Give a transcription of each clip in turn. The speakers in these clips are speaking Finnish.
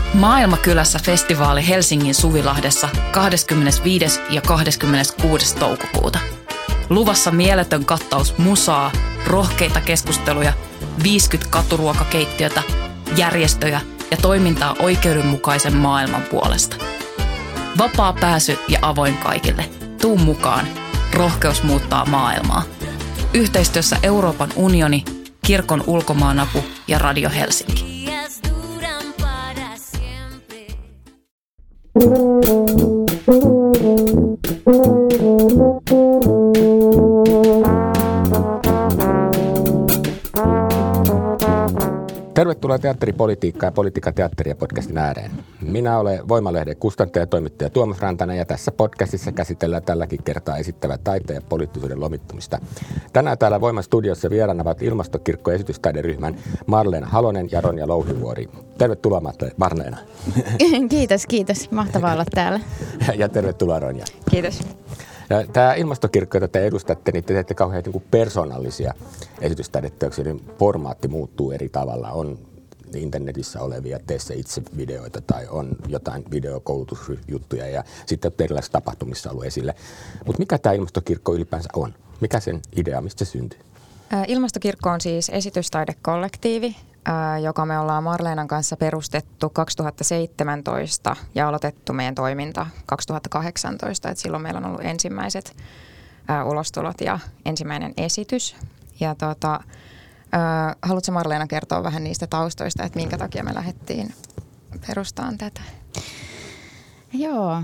Maailmakylässä festivaali Helsingin Suvilahdessa 25. ja 26. toukokuuta. Luvassa mieletön kattaus musaa, rohkeita keskusteluja, 50 katuruokakeittiötä, järjestöjä ja toimintaa oikeudenmukaisen maailman puolesta. Vapaa pääsy ja avoin kaikille. Tuu mukaan. Rohkeus muuttaa maailmaa. Yhteistyössä Euroopan unioni, Kirkon ulkomaanapu ja Radio Helsinki. Tervetuloa Teatteripolitiikkaa ja Politiikka-teatteria podcastin ääreen. Minä olen Voima-lehden kustantaja ja toimittaja Tuomas Rantanen ja tässä podcastissa käsitellään tälläkin kertaa esittävää taiteen ja poliittisuuden lomittumista. Tänään täällä Voiman studiossa vieraana ovat Ilmastokirkko- ja esitystaideryhmän Marleena Halonen ja Ronja Louhivuori. Tervetuloa Marleena. Kiitos. Mahtavaa olla täällä. Ja tervetuloa Ronja. Kiitos. Tämä Ilmastokirkko, jota te edustatte, niin te teette kauhean persoonallisia esitystaideteoksia, niin formaatti muuttuu eri tavalla. On internetissä olevia teissä itse videoita tai on jotain videokoulutusjuttuja ja sitten erilaisissa tapahtumissa ollut esille. Mutta mikä tämä Ilmastokirkko ylipäänsä on? Mikä sen idea, mistä se syntyy? Ilmastokirkko on siis esitystaidekollektiivi, joka me ollaan Marleenan kanssa perustettu 2017 ja aloitettu meidän toiminta 2018. Et silloin meillä on ollut ensimmäiset ulostulot ja ensimmäinen esitys. Ja haluatko Marleena kertoa vähän niistä taustoista, että minkä takia me lähdettiin perustamaan tätä? Joo,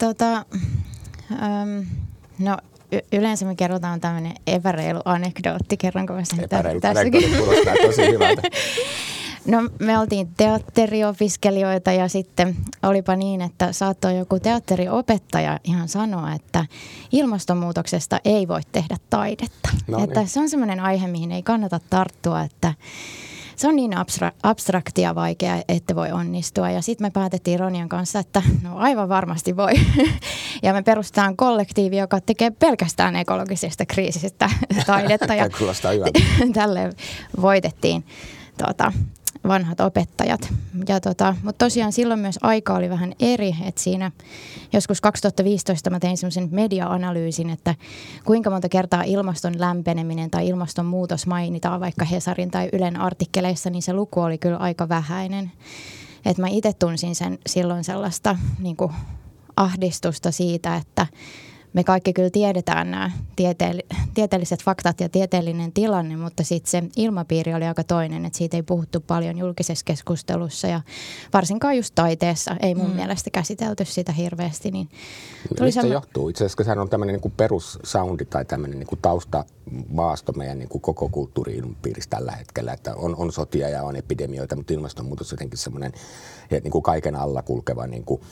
yleensä me kerrotaan tämmöinen epäreilu anekdootti, kerronko mä sen tässäkin? Anekdootti kuulostaa tosi hyvältä. No me oltiin teatteriopiskelijoita ja sitten olipa niin, että saattoi joku teatteriopettaja ihan sanoa, että ilmastonmuutoksesta ei voi tehdä taidetta. No että niin. Se on semmoinen aihe, mihin ei kannata tarttua, että se on niin abstraktia ja vaikea, että voi onnistua. Ja sitten me päätettiin Ronjan kanssa, että no aivan varmasti voi. Ja me perustetaan kollektiivi, joka tekee pelkästään ekologisesta kriisistä taidetta. Ja tälle voitettiin vanhat opettajat. Mutta tosiaan silloin myös aika oli vähän eri, että siinä joskus 2015 mä tein semmoisen media-analyysin, että kuinka monta kertaa ilmaston lämpeneminen tai ilmastonmuutos mainitaan vaikka Hesarin tai Ylen artikkeleissa, niin se luku oli kyllä aika vähäinen. Että mä itse tunsin sen silloin sellaista niin kuin ahdistusta siitä, että me kaikki kyllä tiedetään nämä tieteelliset faktat ja tieteellinen tilanne, mutta sitten se ilmapiiri oli aika toinen, että siitä ei puhuttu paljon julkisessa keskustelussa ja varsinkaan just taiteessa ei mun mielestä käsitelty sitä hirveästi. Niin mistä se johtuu? Itse asiassa sehän on tämmöinen niin kuin perussoundi tai tämmöinen niin kuin taustamaasto meidän niin kuin koko kulttuuri-ilmapiirissä tällä hetkellä, että on sotia ja on epidemioita, mutta ilmastonmuutos on jotenkin semmoinen niin kuin kaiken alla kulkeva niin kuin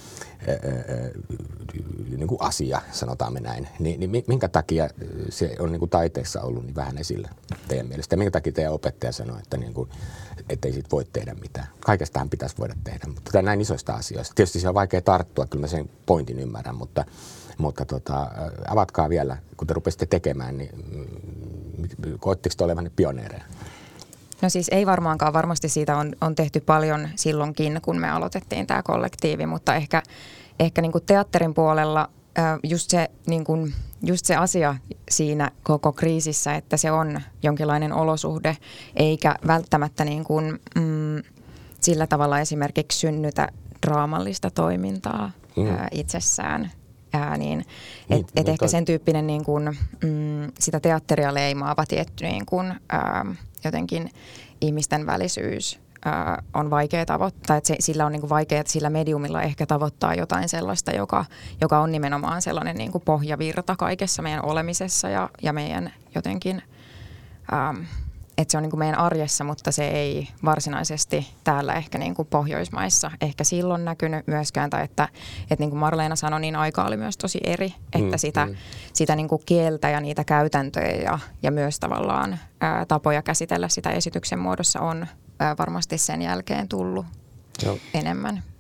asia, sanotaan me näin. Niin minkä takia se on niin kuin taiteessa ollut niin vähän esillä teidän mielestä? Ja minkä takia teidän opettaja sanoi, että niin kuin, ettei siitä voi tehdä mitään? Kaikestahan pitäisi voida tehdä, mutta näin isoista asioista. Tietysti se on vaikea tarttua, kyllä mä sen pointin ymmärrän, mutta avatkaa vielä, kun te rupesitte tekemään, niin koetteko te olevanne pioneereja? No siis ei varmaankaan, varmasti siitä on tehty paljon silloinkin, kun me aloitettiin tämä kollektiivi, mutta ehkä niin kuin teatterin puolella just se asia siinä koko kriisissä, että se on jonkinlainen olosuhde, eikä välttämättä niin kuin, sillä tavalla esimerkiksi synnytä draamallista toimintaa itsessään. Et ehkä sen tyyppinen niin kuin, sitä teatteria leimaava tietty niin kuin, jotenkin ihmisten välisyys on vaikea tavoittaa, että sillä on niin kuin vaikea, että sillä mediumilla ehkä tavoittaa jotain sellaista, joka on nimenomaan sellainen niin kuin pohjavirta kaikessa meidän olemisessa ja meidän jotenkin, että se on niin kuin meidän arjessa, mutta se ei varsinaisesti täällä ehkä niin kuin Pohjoismaissa ehkä silloin näkynyt myöskään, tai että niin kuin Marleena sanoi, niin aika oli myös tosi eri, että sitä niin kuin kieltä ja niitä käytäntöjä ja myös tavallaan tapoja käsitellä sitä esityksen muodossa on varmasti sen jälkeen tullut enemmän.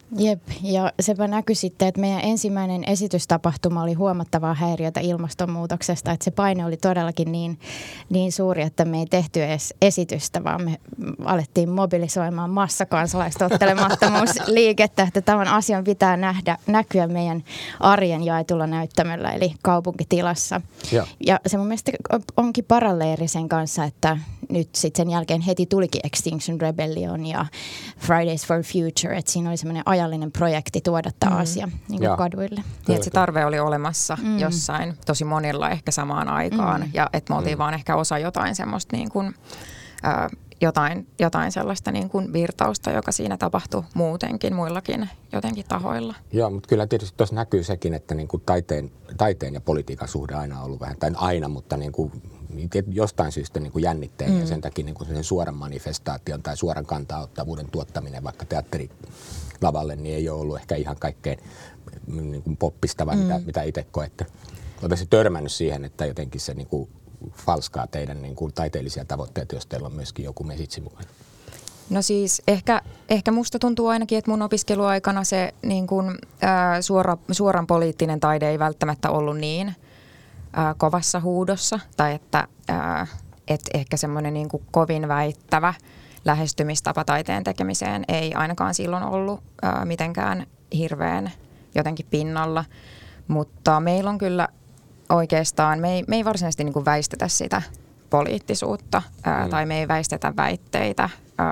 Jep, ja sepä näkyi sitten, että meidän ensimmäinen esitystapahtuma oli huomattavaa häiriötä ilmastonmuutoksesta, että se paine oli todellakin niin suuri, että me ei tehty edes esitystä, vaan me alettiin mobilisoimaan massakansalaistottelemattomuusliikettä, että tämän asian pitää näkyä meidän arjen jaetulla näyttämöllä, eli kaupunkitilassa. Ja se mun mielestä onkin paralleeli sen kanssa, että nyt sitten sen jälkeen heti tulikin Extinction Rebellion ja Fridays for Future, että siinä oli semmoinen ajallinen projekti tuoda tämä asia niin kuin kaduille. Niin, että se tarve oli olemassa jossain tosi monilla ehkä samaan aikaan ja että me oltiin vaan ehkä osa jotain semmoista niin kuin, jotain sellaista niin kuin virtausta, joka siinä tapahtui muutenkin muillakin jotenkin tahoilla. Joo, mutta kyllä tietysti tuossa näkyy sekin, että niin kuin taiteen ja politiikan suhde aina on ollut vähän, tai aina, mutta niin kuin jostain syystä niin kuin jännitteen ja sen takia niin kuin sen suoran manifestaation tai suoran kanta-ottavuuden tuottaminen vaikka teatterilavalle niin ei ole ollut ehkä ihan kaikkein niin kuin poppistava, mitä itse koette. Oletko törmännyt siihen, että jotenkin se niin kuin falskaa teidän niin kuin taiteellisia tavoitteita, jos teillä on myöskin joku mesitsi mukana? No siis ehkä musta tuntuu ainakin, että mun opiskeluaikana se niin kuin, suoran poliittinen taide ei välttämättä ollut niin kovassa huudossa, tai että ehkä semmoinen niin kuin kovin väittävä lähestymistapa taiteen tekemiseen ei ainakaan silloin ollut mitenkään hirveän jotenkin pinnalla, mutta meillä on kyllä oikeastaan, me ei varsinaisesti niin kuin väistetä sitä poliittisuutta tai me ei väistetä väitteitä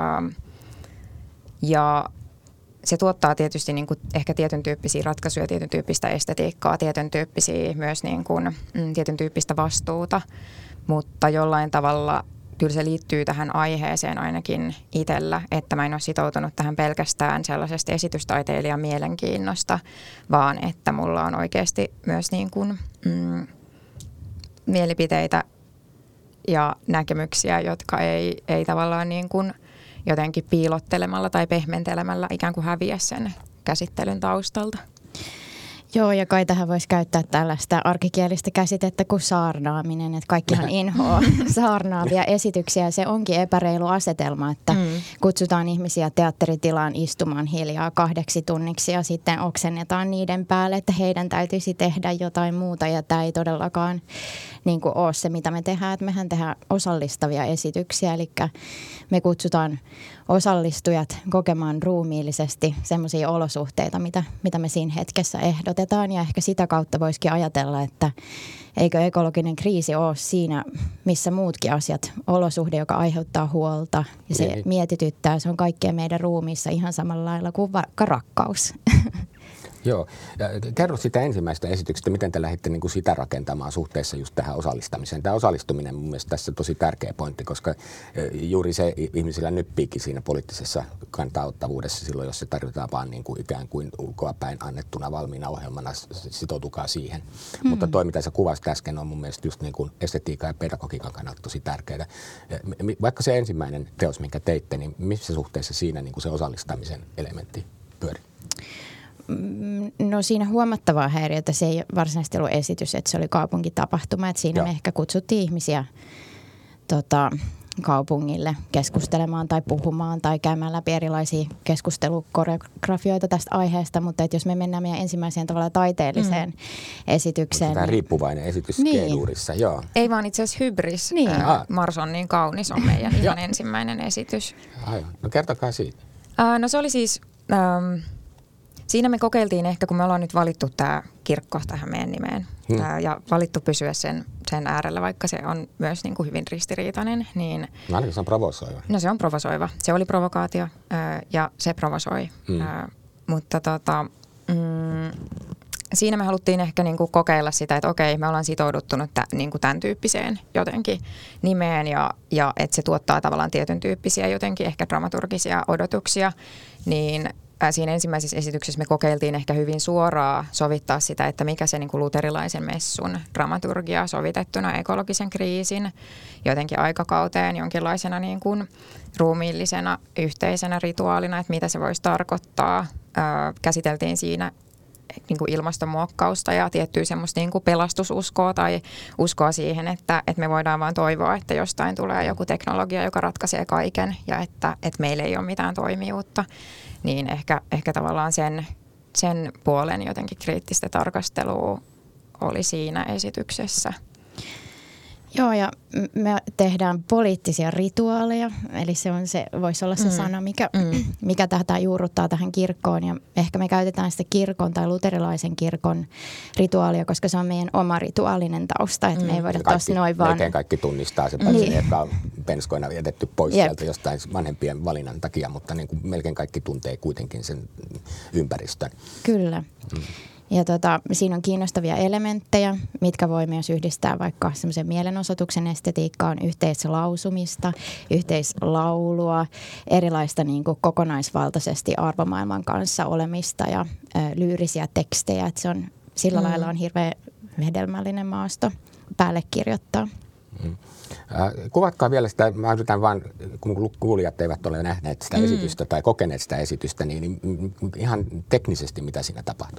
ja se tuottaa tietysti niin kuin ehkä tietyn tyyppisiä ratkaisuja, tietyn tyyppistä estetiikkaa, tietyn tyyppisiä myös niin kuin, tietyn tyyppistä vastuuta, mutta jollain tavalla kyllä se liittyy tähän aiheeseen ainakin itsellä, että mä en ole sitoutunut tähän pelkästään sellaisesta esitystaiteilijan mielenkiinnosta, vaan että mulla on oikeasti myös niin kuin, mielipiteitä ja näkemyksiä, jotka ei tavallaan niin kuin jotenkin piilottelemalla tai pehmentelemällä ikään kuin häviä sen käsittelyn taustalta. Joo, ja kai tähän voisi käyttää tällaista arkikielistä käsitettä kuin saarnaaminen, että kaikkihan inhoaa saarnaavia esityksiä. Se onkin epäreilu asetelma, että kutsutaan ihmisiä teatteritilaan istumaan hiljaa 2 tunniksi ja sitten oksennetaan niiden päälle, että heidän täytyisi tehdä jotain muuta ja tämä ei todellakaan niin kuin ole se, mitä me tehdään. Että mehän tehdään osallistavia esityksiä, eli me kutsutaan osallistujat kokemaan ruumiillisesti semmoisia olosuhteita, mitä me siinä hetkessä ehdotetaan. Ja ehkä sitä kautta voisikin ajatella, että eikö ekologinen kriisi ole siinä, missä muutkin asiat. Olosuhde, joka aiheuttaa huolta ja se mietityttää. Se on kaikkea meidän ruumiissa ihan samalla lailla kuin rakkaus. Joo. Ja kerro sitä ensimmäistä esityksestä, miten te lähditte niin kuin sitä rakentamaan suhteessa just tähän osallistamiseen. Tämä osallistuminen mun mielestä tässä on tosi tärkeä pointti, koska juuri se ihmisillä nyppiikin siinä poliittisessa kanta-ottavuudessa silloin, jos se tarjotaan vaan niin kuin ikään kuin ulkoapäin annettuna valmiina ohjelmana, sitoutukaa siihen. Mutta toi, mitä sä kuvasit äsken, on mun mielestä just niin kuin estetiikan ja pedagogiikan kannalta tosi tärkeää. Vaikka se ensimmäinen teos, minkä teitte, niin missä suhteessa siinä niin kuin se osallistamisen elementti pyörii? No siinä huomattavaa häiriötä. Se ei varsinaisesti ollut esitys, että se oli kaupunkitapahtuma. Että siinä me ehkä kutsuttiin ihmisiä kaupungille keskustelemaan tai puhumaan tai käymään läpi erilaisia keskustelukoreografioita tästä aiheesta. Mutta että jos me mennään meidän ensimmäiseen tavalla taiteelliseen esitykseen. Tämä riippuvainen esitys G-duurissa, joo. Ei vaan itse asiassa Hybris. Niin. Mars on niin kaunis on meidän ihan ensimmäinen esitys. Aivan. No kertokaa siitä. No se oli siis... Siinä me kokeiltiin ehkä, kun me ollaan nyt valittu tämä kirkko tähän meidän nimeen ja valittu pysyä sen äärellä, vaikka se on myös niin kuin hyvin ristiriitainen. Niin, no se on provosoiva. No se on provosoiva. Se oli provokaatio ja se provosoi. Mutta siinä me haluttiin ehkä niin kuin kokeilla sitä, että okei, me ollaan sitouduttunut niin kuin tämän tyyppiseen jotenkin nimeen ja että se tuottaa tavallaan tietyn tyyppisiä jotenkin ehkä dramaturgisia odotuksia, niin siinä ensimmäisessä esityksessä me kokeiltiin ehkä hyvin suoraan sovittaa sitä, että mikä se niin kuin luterilaisen messun dramaturgia sovitettuna ekologisen kriisin jotenkin aikakauteen jonkinlaisena niin kuin ruumiillisena yhteisenä rituaalina, että mitä se voisi tarkoittaa. Käsiteltiin siinä niin kuin ilmastonmuokkausta ja tiettyä semmoista niin kuin pelastususkoa tai uskoa siihen, että me voidaan vaan toivoa, että jostain tulee joku teknologia, joka ratkaisee kaiken ja että meillä ei ole mitään toimijuutta, niin ehkä tavallaan sen puolen jotenkin kriittistä tarkastelua oli siinä esityksessä. Joo, ja me tehdään poliittisia rituaaleja, eli voisi olla se sana, mikä tätä juurruttaa tähän kirkkoon. Ja ehkä me käytetään sitä kirkon tai luterilaisen kirkon rituaalia, koska se on meidän oma rituaalinen tausta, että me ei voida taas noin vaan. Melkein kaikki tunnistaa se, paitsi ne, jotka on penskoina jätetty pois sieltä jostain vanhempien valinnan takia, mutta niin kuin melkein kaikki tuntee kuitenkin sen ympäristön. Kyllä. Ja siinä on kiinnostavia elementtejä, mitkä voi myös yhdistää vaikka semmoisen mielenosoituksen estetiikkaan, yhteislausumista, yhteislaulua, erilaista niin kuin kokonaisvaltaisesti arvomaailman kanssa olemista ja lyyrisiä tekstejä. Että se on sillä lailla on hirveän hedelmällinen maasto päälle kirjoittaa. Kuvatkaa vielä sitä, mä yritän vaan, kun kuulijat eivät ole nähneet sitä esitystä tai kokeneet sitä esitystä, niin ihan teknisesti mitä siinä tapahtuu?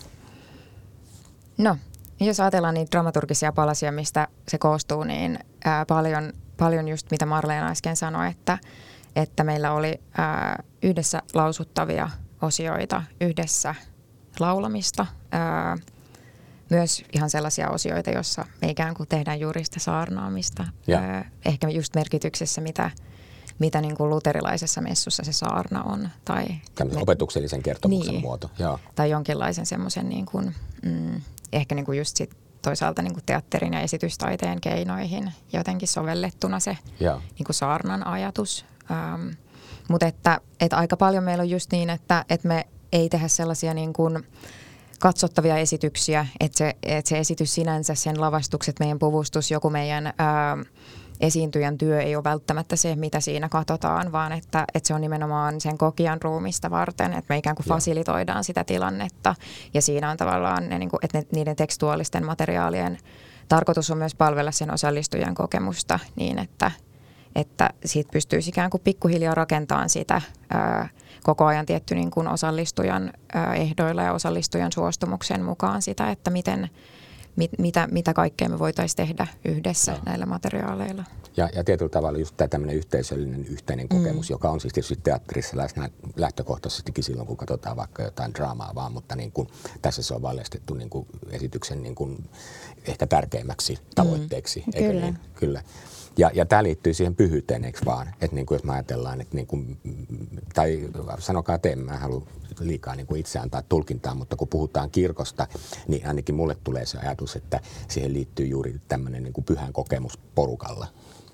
No, jos ajatellaan niitä dramaturgisia palasia, mistä se koostuu, niin paljon just mitä Marleena äsken sanoi, että meillä oli yhdessä lausuttavia osioita, yhdessä laulamista, myös ihan sellaisia osioita, joissa me ikään kuin tehdään juuri sitä saarnaamista. Ehkä just merkityksessä, mitä niin kuin luterilaisessa messussa se saarna on. Tai opetuksellisen kertomuksen muoto. Joo. Tai jonkinlaisen semmoisen niin kuin, ehkä niin kuin just sit toisaalta niin kuin teatterin ja esitystaiteen keinoihin jotenkin sovellettuna se niin kuin saarnan ajatus. Mutta että aika paljon meillä on just niin, että me ei tehdä sellaisia niin kuin katsottavia esityksiä, että se esitys sinänsä, sen lavastukset, meidän puvustus, joku meidän esiintyjän työ ei ole välttämättä se, mitä siinä katsotaan, vaan että se on nimenomaan sen kokijan ruumista varten, että me ikään kuin fasilitoidaan sitä tilannetta ja siinä on tavallaan, että niiden tekstuaalisten materiaalien tarkoitus on myös palvella sen osallistujan kokemusta niin, että siitä pystyisi ikään kuin pikkuhiljaa rakentamaan sitä koko ajan tietty niin kuin osallistujan ehdoilla ja osallistujan suostumuksen mukaan sitä, että mitä kaikkea me voitaisiin tehdä yhdessä näillä materiaaleilla. Ja tietyllä tavalla just tämä tämmöinen yhteisöllinen yhteinen kokemus, joka on siis tietysti teatterissa läsnä lähtökohtaisestikin silloin, kun katsotaan vaikka jotain draamaa vaan, mutta niin kuin, tässä se on valjastettu niin kuin esityksen niin kuin ehkä tärkeimmäksi tavoitteeksi. Eikö niin? Kyllä. Ja tämä liittyy siihen pyhyyteen, eikö vaan? Että niin kuin jos me ajatellaan, että niin kuin, tai sanokaa te, mä en halua liikaa niin kuin itse antaa tulkintaa, mutta kun puhutaan kirkosta, niin ainakin mulle tulee se ajatus, että siihen liittyy juuri tämmöinen niin kuin pyhän kokemus porukalla.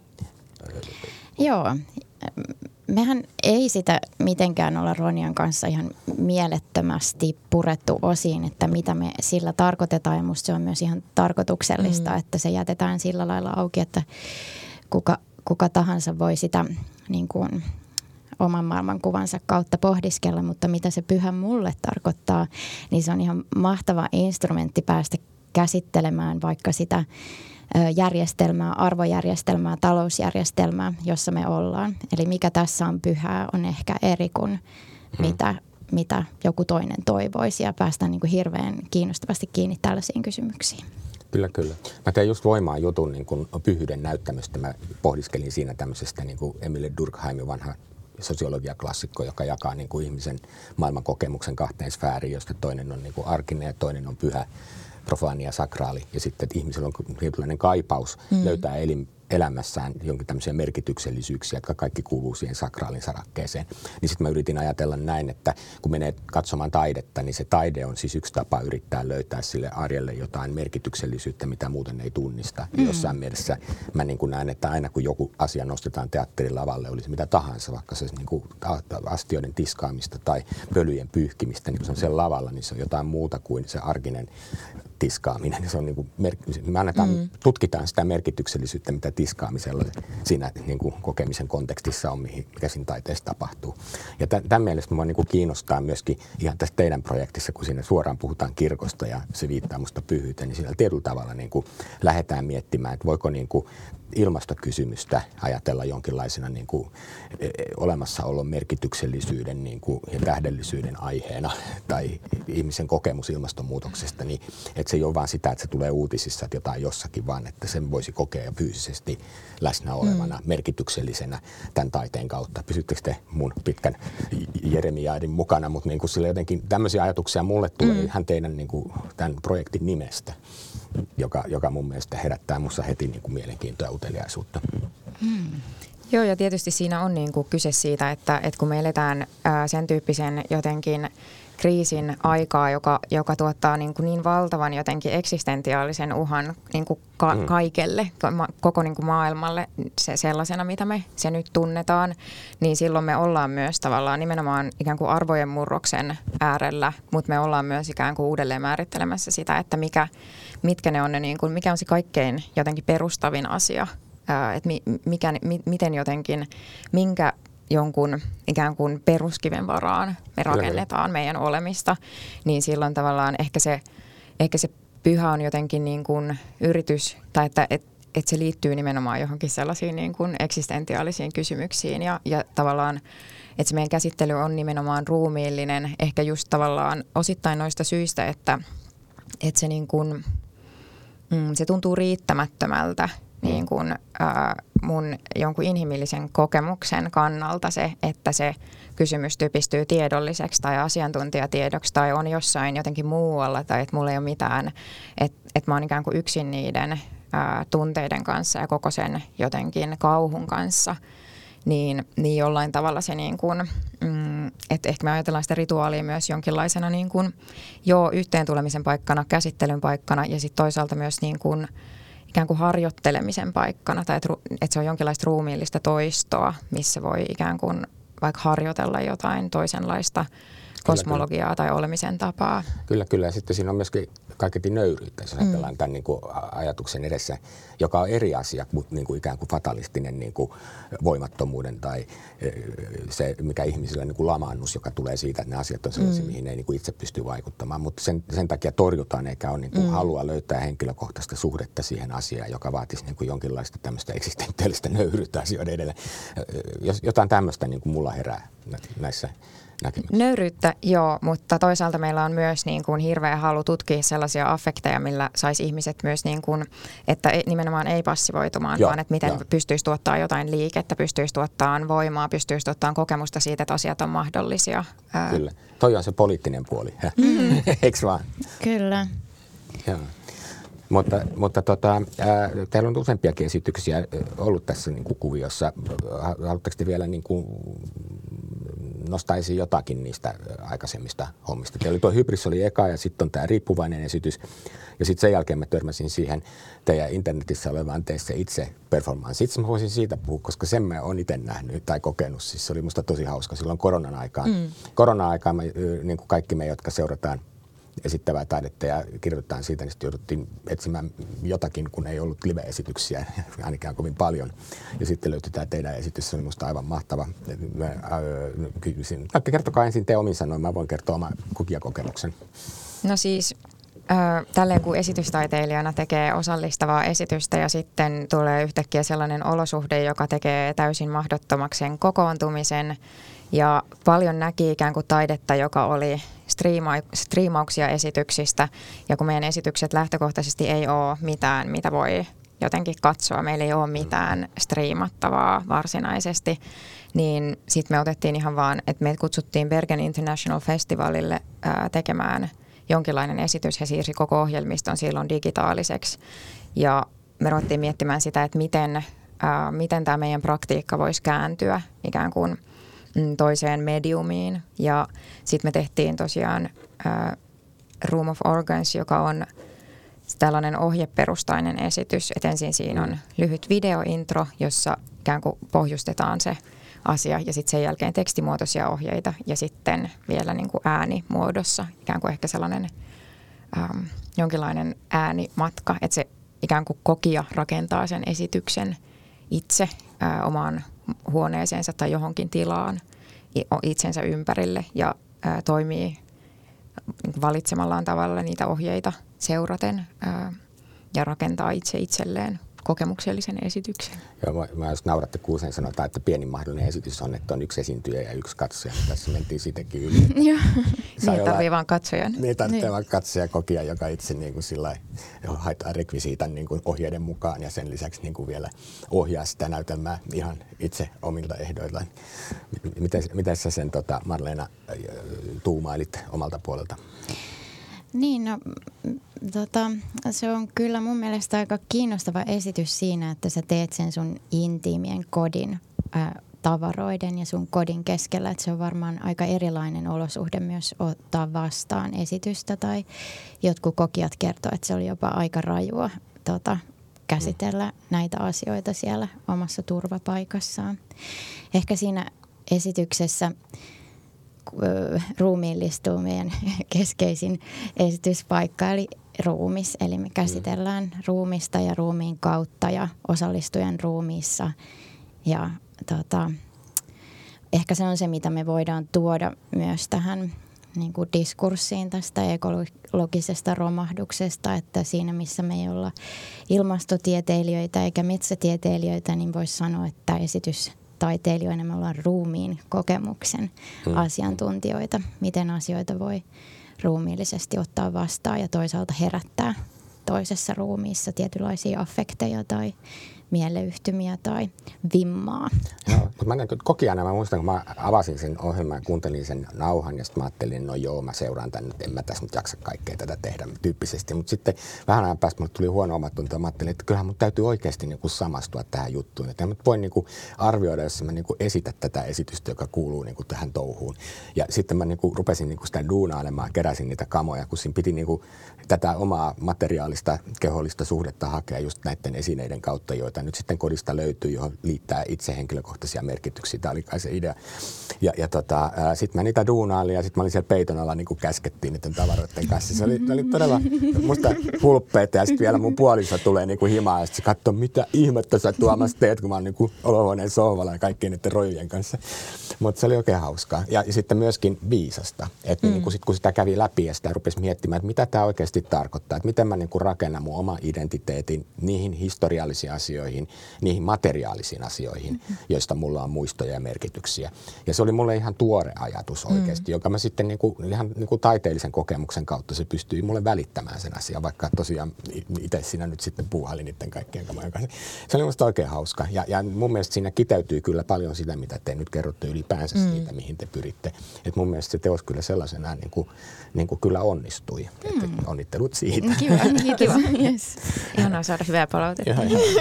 Joo. Mehän ei sitä mitenkään olla Ronian kanssa ihan mielettömästi purettu osiin, että mitä me sillä tarkoitetaan. Ja musta se on myös ihan tarkoituksellista, että se jätetään sillä lailla auki, että kuka tahansa voi sitä niin kuin oman maailmankuvansa kautta pohdiskella, mutta mitä se pyhä mulle tarkoittaa, niin se on ihan mahtava instrumentti päästä käsittelemään vaikka sitä järjestelmää, arvojärjestelmää, talousjärjestelmää, jossa me ollaan. Eli mikä tässä on pyhää, on ehkä eri kuin mitä joku toinen toivoisi ja päästään niin kuin hirveän kiinnostavasti kiinni tällaisiin kysymyksiin. Kyllä. Mä tein just Voimaan jutun niin kuin pyhyyden näyttämöstä. Mä pohdiskelin siinä tämmöisestä niin kuin Emile Durkheim, vanha sosiologiaklassikko, joka jakaa niin kuin ihmisen maailmankokemuksen kahteen sfääriin, josta toinen on niin kuin arkinen ja toinen on pyhä, profaani ja sakraali. Ja sitten, että ihmisellä on tietynlainen kaipaus löytää elämässään jonkin tämmöisiä merkityksellisyyksiä, jotka kaikki kuuluu siihen sakraalin sarakkeeseen. Niin sitten mä yritin ajatella näin, että kun menee katsomaan taidetta, niin se taide on siis yksi tapa yrittää löytää sille arjelle jotain merkityksellisyyttä, mitä muuten ei tunnista. Ja jossain mielessä mä niin kuin näen, että aina kun joku asia nostetaan teatterin lavalle, olisi mitä tahansa, vaikka se niin kuin astioiden tiskaamista tai pölyjen pyyhkimistä, niin kun se on siellä lavalla, niin se on jotain muuta kuin se arkinen tiskaaminen. Se on niin kuin me tutkitaan sitä merkityksellisyyttä, mitä tiskaamisella siinä niin kuin kokemisen kontekstissa on, mikä siinä taiteessa tapahtuu. Ja tämän mielestä minua niin kuin kiinnostaa myöskin ihan tässä teidän projektissa, kun siinä suoraan puhutaan kirkosta ja se viittaa musta pyhyyteen, niin siinä tietyllä tavalla niin kuin lähdetään miettimään, että voiko niin kuin ilmastokysymystä ajatella jonkinlaisena niin kuin olemassaolon merkityksellisyyden niin kuin, ja tähdellisyyden aiheena tai ihmisen kokemus ilmastonmuutoksesta, niin että se ei ole vaan sitä, että se tulee uutisissa että jotain jossakin, vaan että sen voisi kokea fyysisesti läsnä olevana merkityksellisenä tämän taiteen kautta. Pysyttekö te mun pitkän jeremiaidin mukana, mutta niin kuin sillä jotenkin tämmöisiä ajatuksia mulle tulee ihan teidän niin kuin, tämän projektin nimestä, joka mun mielestä herättää musta heti niin kuin mielenkiintoa ja uteliaisuutta. Joo, ja tietysti siinä on niin kuin kyse siitä, että kun me eletään sen tyyppisen jotenkin kriisin aikaa, joka tuottaa niin valtavan jotenkin eksistentiaalisen uhan niin kuin kaikelle, koko niin kuin maailmalle sellaisena, mitä me se nyt tunnetaan, niin silloin me ollaan myös tavallaan nimenomaan ikään kuin arvojen murroksen äärellä, mutta me ollaan myös ikään kuin uudelleen määrittelemässä sitä, että mitkä ne on ne, niin kuin, mikä on se kaikkein jotenkin perustavin asia, että miten jotenkin, minkä jonkun ikään kuin peruskiven varaan me rakennetaan meidän olemista, niin silloin tavallaan ehkä se pyhä on jotenkin niin kuin yritys, tai että se liittyy nimenomaan johonkin sellaisiin niin kuin eksistentiaalisiin kysymyksiin ja tavallaan, että se meidän käsittely on nimenomaan ruumiillinen, ehkä just tavallaan osittain noista syistä, että se niin kuin, se tuntuu riittämättömältä niin kuin mun jonkun inhimillisen kokemuksen kannalta se, että se kysymys typistyy tiedolliseksi tai asiantuntijatiedoksi tai on jossain jotenkin muualla tai että mulla ei ole mitään, että mä oon ikään kuin yksin niiden tunteiden kanssa ja koko sen jotenkin kauhun kanssa, niin jollain tavalla se niin kuin, että ehkä me ajatellaan sitä rituaalia myös jonkinlaisena niin kuin yhteen tulemisen paikkana, käsittelyn paikkana ja sitten toisaalta myös niin kuin ikään kuin harjoittelemisen paikkana tai että se on jonkinlaista ruumiillista toistoa, missä voi ikään kuin vaikka harjoitella jotain toisenlaista kosmologiaa tai olemisen tapaa. Kyllä. Ja sitten siinä on myöskin kaiketi nöyryyttä, jos ajatellaan tämän niin kuin ajatuksen edessä, joka on eri asia kuin, niin kuin ikään kuin fatalistinen niin kuin voimattomuuden tai se, mikä ihmisillä niin kuin lamaannus, joka tulee siitä, että ne asiat on sellaisia, mihin ei niin kuin itse pysty vaikuttamaan. Mutta sen takia torjutaan eikä ole niin kuin halua löytää henkilökohtaista suhdetta siihen asiaan, joka vaatisi niin kuin jonkinlaista tämmöistä eksistentiaalista nöyryyttä asioiden edellä. Jotain tämmöistä niin kuin mulla herää näissä näkemyksiä. Nöyryyttä, joo, mutta toisaalta meillä on myös niin kuin hirveä halu tutkia sellaisia affekteja, millä saisi ihmiset myös, niin kuin, että nimenomaan ei passivoitumaan, vaan että miten pystyisi tuottaa jotain liikettä, pystyisi tuottamaan voimaa, pystyisi tuottamaan kokemusta siitä, että asiat on mahdollisia. Kyllä, toi on se poliittinen puoli, eikö vaan? Kyllä. Joo. Mutta täällä on useampiakin esityksiä ollut tässä niin kuin kuviossa. Haluatteko te vielä niin kuin nostaisin jotakin niistä aikaisemmista hommista? Teillä oli tuo Hybris oli eka ja sitten on tämä riippuvainen esitys. Ja sitten sen jälkeen mä törmäsin siihen teidän internetissä olevaan teissä itse performance. Itse mä voisin siitä puhua, koska sen mä oon itse nähnyt tai kokenut. Siis se oli musta tosi hauska silloin koronan aikaan. Korona-aikaan niin kuin kaikki me, jotka seurataan esittävää taidetta ja kirjoitetaan siitä, niin sitten jouduttiin etsimään jotakin, kun ei ollut live-esityksiä, ainakaan kovin paljon. Ja sitten löytyi tämä teidän esitys, se oli musta aivan mahtava. Kertokaa ensin te omin sanoin, mä voin kertoa oman kokemuksen. No siis tälleen kun esitystaiteilijana tekee osallistavaa esitystä ja sitten tulee yhtäkkiä sellainen olosuhde, joka tekee täysin mahdottomaksi sen kokoontumisen ja paljon näki ikään kuin taidetta, joka oli striimauksia esityksistä ja kun meidän esitykset lähtökohtaisesti ei ole mitään, mitä voi jotenkin katsoa, meillä ei ole mitään striimattavaa varsinaisesti, niin sitten me otettiin ihan vaan, että me kutsuttiin Bergen International Festivalille tekemään jonkinlainen esitys. He siirsi koko ohjelmiston silloin digitaaliseksi ja me ruvettiin miettimään sitä, että miten tämä meidän praktiikka voisi kääntyä ikään kuin toiseen mediumiin. Ja sitten me tehtiin tosiaan Room of Organs, joka on tällainen ohjeperustainen esitys. Et ensin siinä on lyhyt videointro, jossa ikään kuin pohjustetaan se asia ja sitten sen jälkeen tekstimuotoisia ohjeita ja sitten vielä niin kuin äänimuodossa ikään kuin ehkä sellainen jonkinlainen äänimatka, että se ikään kuin kokija rakentaa sen esityksen itse omaan huoneeseensa tai johonkin tilaan itsensä ympärille ja toimii valitsemallaan tavalla niitä ohjeita seuraten ja rakentaa itse itselleen kokemuksellisen esityksen. Joo, mä jos nauratte kuuseen sanotaan, että pienin mahdollinen esitys on, että on yksi esiintyjä ja yksi katsoja. Tässä mentiin siitäkin yli. Joo, niin tarvii vaan katsojan. Niin tarvitsee vaan katsoja kokija, joka itse niin kuin sillä haetaan rekvisiitan niin kuin ohjeiden mukaan ja sen lisäksi niin kuin vielä ohjaa sitä näytelmää ihan itse omilta ehdoillaan. Miten sä sen Marleena tuumailit omalta puolelta? Niin, no, se on kyllä mun mielestä aika kiinnostava esitys siinä, että sä teet sen sun intiimien kodin tavaroiden ja sun kodin keskellä. Että se on varmaan aika erilainen olosuhde myös ottaa vastaan esitystä tai jotkut kokijat kertoo, että se oli jopa aika rajua käsitellä näitä asioita siellä omassa turvapaikassaan. Ehkä siinä esityksessä ruumiillistumien keskeisin esityspaikka eli ruumis. Eli me käsitellään ruumista ja ruumiin kautta ja osallistujan ruumiissa. Ja ehkä se on se, mitä me voidaan tuoda myös tähän niin kuin diskurssiin tästä ekologisesta romahduksesta, että siinä missä me ei olla ilmastotieteilijöitä eikä metsätieteilijöitä, niin voisi sanoa, että esitystaiteilijoina me ollaan ruumiin kokemuksen asiantuntijoita, miten asioita voi ruumiillisesti ottaa vastaan ja toisaalta herättää toisessa ruumiissa tietynlaisia affekteja tai mieleyhtymiä tai vimmaa. Joo, mutta mä kokijana mä muistan, kun mä avasin sen ohjelman ja kuuntelin sen nauhan ja sitten mä ajattelin, no joo, mä seuraan tän nyt, en mä tässä nyt jaksa kaikkea tätä tehdä tyyppisesti. Mutta sitten vähän ajan päästä mulle tuli huono omatunto, mä ajattelin, että kyllähän mun täytyy oikeasti niinku samastua tähän juttuun. Että en mä voi niinku arvioida, jos mä niinku esitä tätä esitystä, joka kuuluu niinku tähän touhuun. Ja sitten mä niinku rupesin niinku sitä duunailemaan, keräsin niitä kamoja, kun siinä piti niinku tätä omaa materiaalista, kehollista suhdetta hakea just näiden esineiden kautta, joita nyt sitten kodista löytyy, johon liittää itse henkilökohtaisia merkityksiä. Tämä oli kai se idea. Ja sitten mä niitä duunailin ja sitten mä olin siellä peiton alla, niin kuin käskettiin niiden tavaroiden kanssa. Se oli todella musta hulppeita ja sitten vielä mun puoliso tulee niin kuin himaan ja sitten se katsoo, mitä ihmettä sä Tuomas teet, kun mä oon niin kuin olohuoneen sohvalla ja kaikkien niiden rojujen kanssa. Mutta se oli oikein hauskaa. Ja sitten myöskin viisasta. Että niin kun, kun sitä kävi läpi ja sitä rupesi miettimään, että mitä tämä oikeasti tarkoittaa. Että miten mä niin kuin rakennan mun oma identiteetin niihin historiallisiin asioihin, niihin materiaalisiin asioihin, joista mulla on muistoja ja merkityksiä. Ja se oli mulle ihan tuore ajatus oikeasti, joka mä sitten niin kuin, ihan niin kuin taiteellisen kokemuksen kautta se pystyi mulle välittämään sen asian, vaikka tosiaan itse siinä nyt sitten puuhailin niiden kaikkien kamojen kanssa. Se oli musta oikein hauska. Ja mun mielestä siinä kiteytyy kyllä paljon sitä, mitä te nyt kerrotte ylipäänsä siitä, mihin te pyritte. Et mun mielestä se teos kyllä sellaisenaan niin kuin kyllä onnistui. Onnittelut siitä. Kiitos. Yes. Ihanaa saada hyvää palautetta.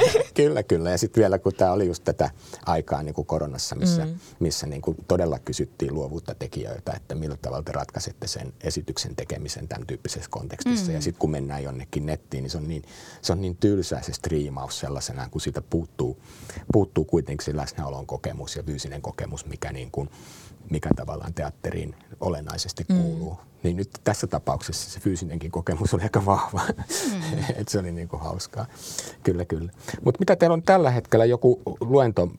Kyllä. Ja sitten vielä, kun tämä oli just tätä aikaa niin kuin koronassa, missä niin kuin todella kysyttiin luovuutta tekijöiltä, että millä tavalla te ratkaisette sen esityksen tekemisen tämän tyyppisessä kontekstissa. Ja sitten kun mennään jonnekin nettiin, niin se on niin tylsää se striimaus sellaisenaan, kun siitä puuttuu kuitenkin se läsnäolon kokemus ja fyysinen kokemus, mikä tavallaan teatteriin olennaisesti kuuluu. Niin nyt tässä tapauksessa se fyysinenkin kokemus oli aika vahva. Et se oli niinku hauskaa. Kyllä. Mutta mitä teillä on tällä hetkellä joku luento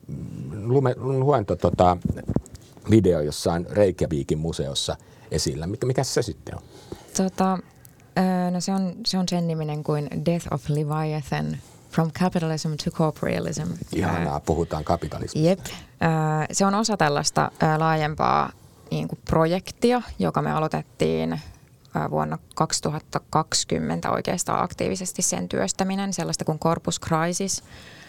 video jossain Reykjavikin museossa esillä? Mikä se sitten on? No se on sen niminen kuin Death of Leviathan. From Capitalism to Corporealism. Ihanaa, puhutaan kapitalismista. Jep. Se on osa tällaista laajempaa niin kuin projektia, joka me aloitettiin vuonna 2020 oikeastaan aktiivisesti sen työstäminen, sellaista kuin Corpus Crisis.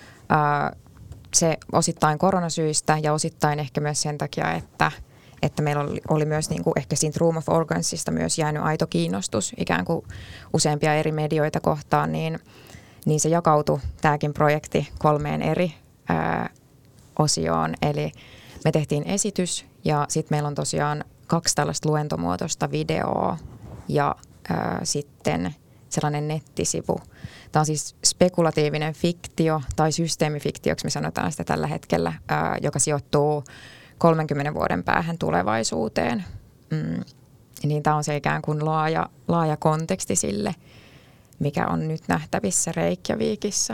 Se osittain koronasyistä ja osittain ehkä myös sen takia, että meillä oli myös niin kuin ehkä siitä Room of Organsista myös jäänyt aito kiinnostus ikään kuin useampia eri medioita kohtaan, niin se jakautui tämäkin projekti 3 eri osioon. Eli me tehtiin esitys ja sitten meillä on tosiaan 2 tällaista luentomuotoista videoa ja sitten sellainen nettisivu. Tämä on siis spekulatiivinen fiktio tai systeemifiktioksi me sanotaan sitä tällä hetkellä, joka sijoittuu 30 vuoden päähän tulevaisuuteen. Niin tämä on se ikään kuin laaja konteksti sille, mikä on nyt nähtävissä Reykjavikissa.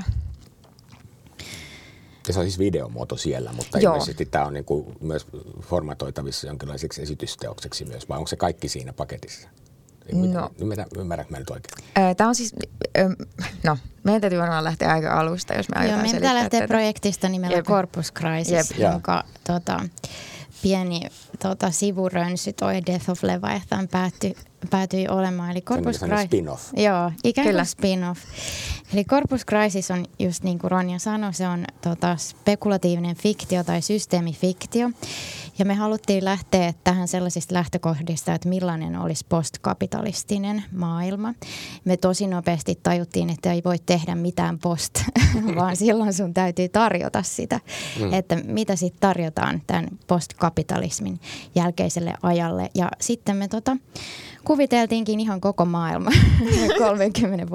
Ja se on siis videomuoto siellä, mutta ilmeisesti tämä on niin kuin myös formatoitavissa jonkinlaiseksi esitysteokseksi myös, vai onko se kaikki siinä paketissa? Ymmärrätkö mä nyt oikein? Tämä on siis, meidän täytyy varmaan lähteä aika alusta, jos me aiotaan selittää meidän lähtee projektista nimellä Corpus Crisis, jonka pieni sivurönsi toi Death of Leviathan päätyi olemaan. Eli Corpus Crisis. Spin-off. Joo, ikään kuin spin-off. Eli Corpus Crisis on just niin kuin Ronja sanoi, se on spekulatiivinen fiktio tai systeemifiktio. Ja me haluttiin lähteä tähän sellaisista lähtökohdista, että millainen olisi postkapitalistinen maailma. Me tosi nopeasti tajuttiin, että ei voi tehdä mitään post, vaan silloin sun täytyy tarjota sitä. Että mitä sitten tarjotaan tämän postkapitalismin jälkeiselle ajalle. Ja sitten me kuviteltiinkin ihan koko maailma 30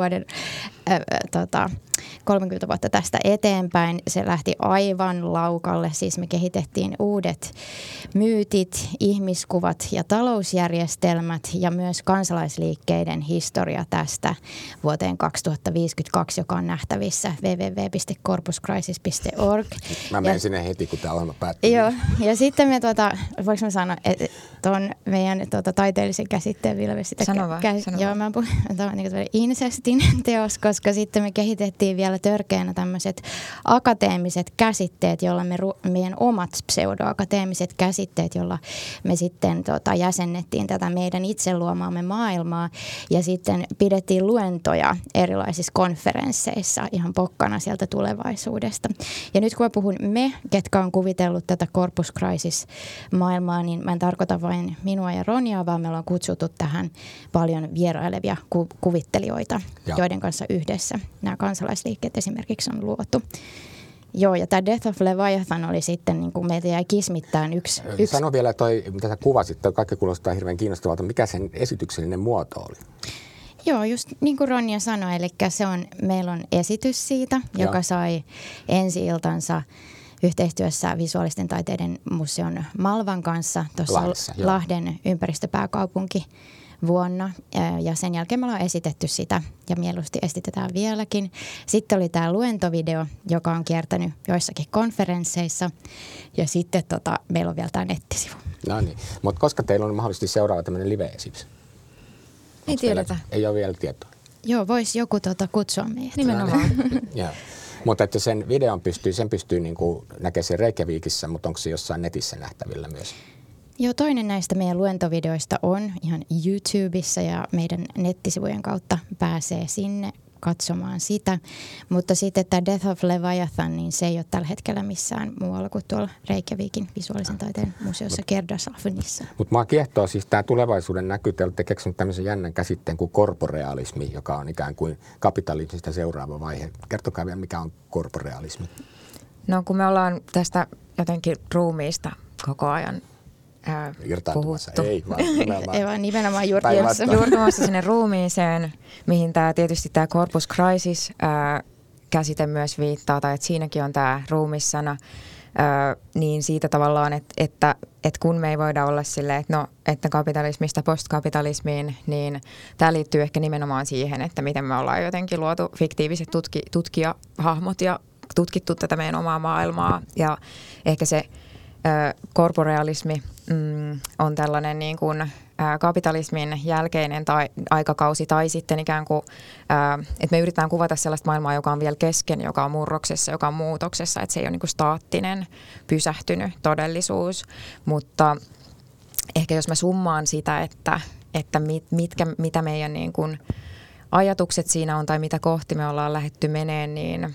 vuotta tästä eteenpäin. Se lähti aivan laukalle, siis me kehitettiin uudet myytit, ihmiskuvat ja talousjärjestelmät ja myös kansalaisliikkeiden historia tästä vuoteen 2052, joka on nähtävissä www.corpuscrisis.org. Mä menen sinne heti, kun tämä ohjelma päättyy. Joo, ja sitten me voinko mä sanoa, että tuon meidän taiteellisen käsitteen Vilve sitä sano vaan. Joo, mä puhun, tämä on niin incestin teos, koska sitten me kehitettiin vielä törkeänä tämmöiset akateemiset käsitteet, joilla meidän omat pseudoakateemiset käsitteet, jolla me sitten jäsennettiin tätä meidän itse luomaamme maailmaa ja sitten pidettiin luentoja erilaisissa konferensseissa ihan pokkana sieltä tulevaisuudesta. Ja nyt kun mä puhun ketkä on kuvitellut tätä Corpus Crisis-maailmaa, niin mä en tarkoita vain minua ja Ronjaa, vaan me ollaan kutsuttu tähän paljon vierailevia kuvittelijoita, joiden kanssa yhdessä nämä kansalaisliikkeet esimerkiksi on luotu. Joo, ja tämä Death of Leviathan oli sitten, niin kuin meiltä jäi kismittään yksi. Sano vielä mitä sä kuvasit, kaikki kuulostaa hirveän kiinnostavalta. Mikä sen esityksellinen muoto oli? Joo, just niin kuin Ronja sanoi, eli meillä on esitys siitä, joka sai ensi-iltansa yhteistyössä Visuaalisten taiteiden museon Malvan kanssa tuossa Lahden ympäristöpääkaupunki vuonna ja sen jälkeen me ollaan esitetty sitä ja mieluusti esitetään vieläkin. Sitten oli tämä luentovideo, joka on kiertänyt joissakin konferensseissa ja sitten meillä on vielä tämä nettisivu. No niin, mutta koska teillä on mahdollisesti seuraava tämmöinen live-esitys? Ei tiedetä. Ei ole vielä tietoa. Joo, voisi joku kutsua meidät. Nimenomaan. Mutta että sen videon pystyy niin kuin näkemään sen Reykjavikissa, mutta onko se jossain netissä nähtävillä myös? Joo, toinen näistä meidän luentovideoista on ihan YouTubessa ja meidän nettisivujen kautta pääsee sinne katsomaan sitä. Mutta sitten tämä Death of Leviathan, niin se ei ole tällä hetkellä missään muualla kuin tuolla Reykjavikin visuaalisen taiteen museossa Gerdarsafnissa. Mutta mua kiehtoo siis tämä tulevaisuuden näky. Te olette keksinyt tämmöisen jännän käsitteen kuin korporealismi, joka on ikään kuin kapitalismista seuraava vaihe. Kertokaa vielä, mikä on korporealismi. No kun me ollaan tästä jotenkin ruumiista koko ajan puhuttu. Ei vaan nimenomaan juurtumassa sinne ruumiiseen, mihin tietysti tämä Corpus Crisis käsite myös viittaa, tai että siinäkin on tämä ruumissana, niin siitä tavallaan, että kun me ei voida olla silleen, että kapitalismista postkapitalismiin, niin tämä liittyy ehkä nimenomaan siihen, että miten me ollaan jotenkin luotu fiktiiviset tutkijahahmot ja tutkittu tätä meidän omaa maailmaa, ja ehkä se korporealismi on tällainen niin kuin kapitalismin jälkeinen aikakausi tai sitten ikään kuin, että me yritetään kuvata sellaista maailmaa, joka on vielä kesken, joka on murroksessa, joka on muutoksessa, että se ei ole niin kuin staattinen, pysähtynyt todellisuus, mutta ehkä jos mä summaan sitä, että mitä meidän niin kuin ajatukset siinä on tai mitä kohti me ollaan lähdetty meneen, niin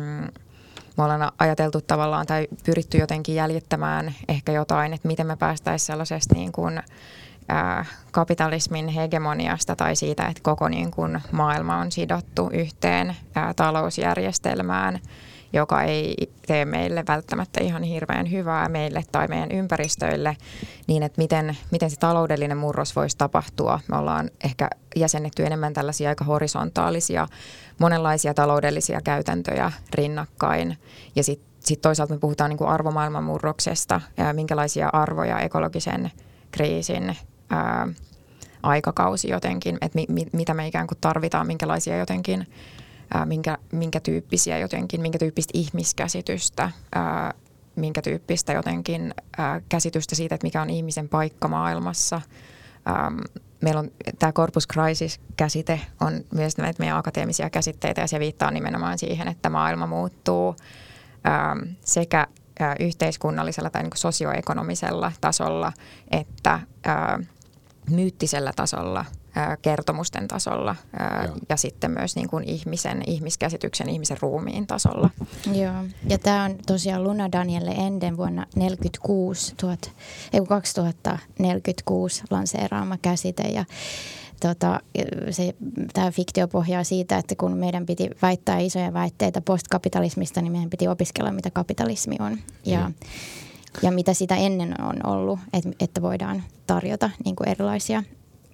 me ollaan ajateltu tavallaan tai pyritty jotenkin jäljittämään ehkä jotain, että miten me päästäisiin sellaisesta niin kuin, kapitalismin hegemoniasta tai siitä, että koko niin kuin maailma on sidottu yhteen talousjärjestelmään, joka ei tee meille välttämättä ihan hirveän hyvää meille tai meidän ympäristöille, niin että miten se taloudellinen murros voisi tapahtua. Me ollaan ehkä jäsennetty enemmän tällaisia aika horisontaalisia, monenlaisia taloudellisia käytäntöjä rinnakkain. Ja sitten toisaalta me puhutaan niin kuin arvomaailman murroksesta ja minkälaisia arvoja ekologisen kriisin aikakausi jotenkin, että mitä me ikään kuin tarvitaan, minkälaisia jotenkin minkä tyyppisiä jotenkin, minkä tyyppistä ihmiskäsitystä, minkä tyyppistä jotenkin käsitystä siitä, että mikä on ihmisen paikka maailmassa meillä on tämä Corpus Crisis-käsite on myös näitä meidän akateemisia käsitteitä ja se viittaa nimenomaan siihen, että maailma muuttuu sekä yhteiskunnallisella tai niin kuin sosioekonomisella tasolla että myyttisellä tasolla, kertomusten tasolla ja sitten myös niin kuin ihmiskäsityksen, ihmisen ruumiin tasolla. Joo, ja tämä on tosiaan Luna Danielle Enden vuonna 2046 lanseeraama käsite ja tämä fiktio pohjaa siitä, että kun meidän piti väittää isoja väitteitä postkapitalismista, niin meidän piti opiskella, mitä kapitalismi on ja mitä sitä ennen on ollut, että voidaan tarjota niin kuin erilaisia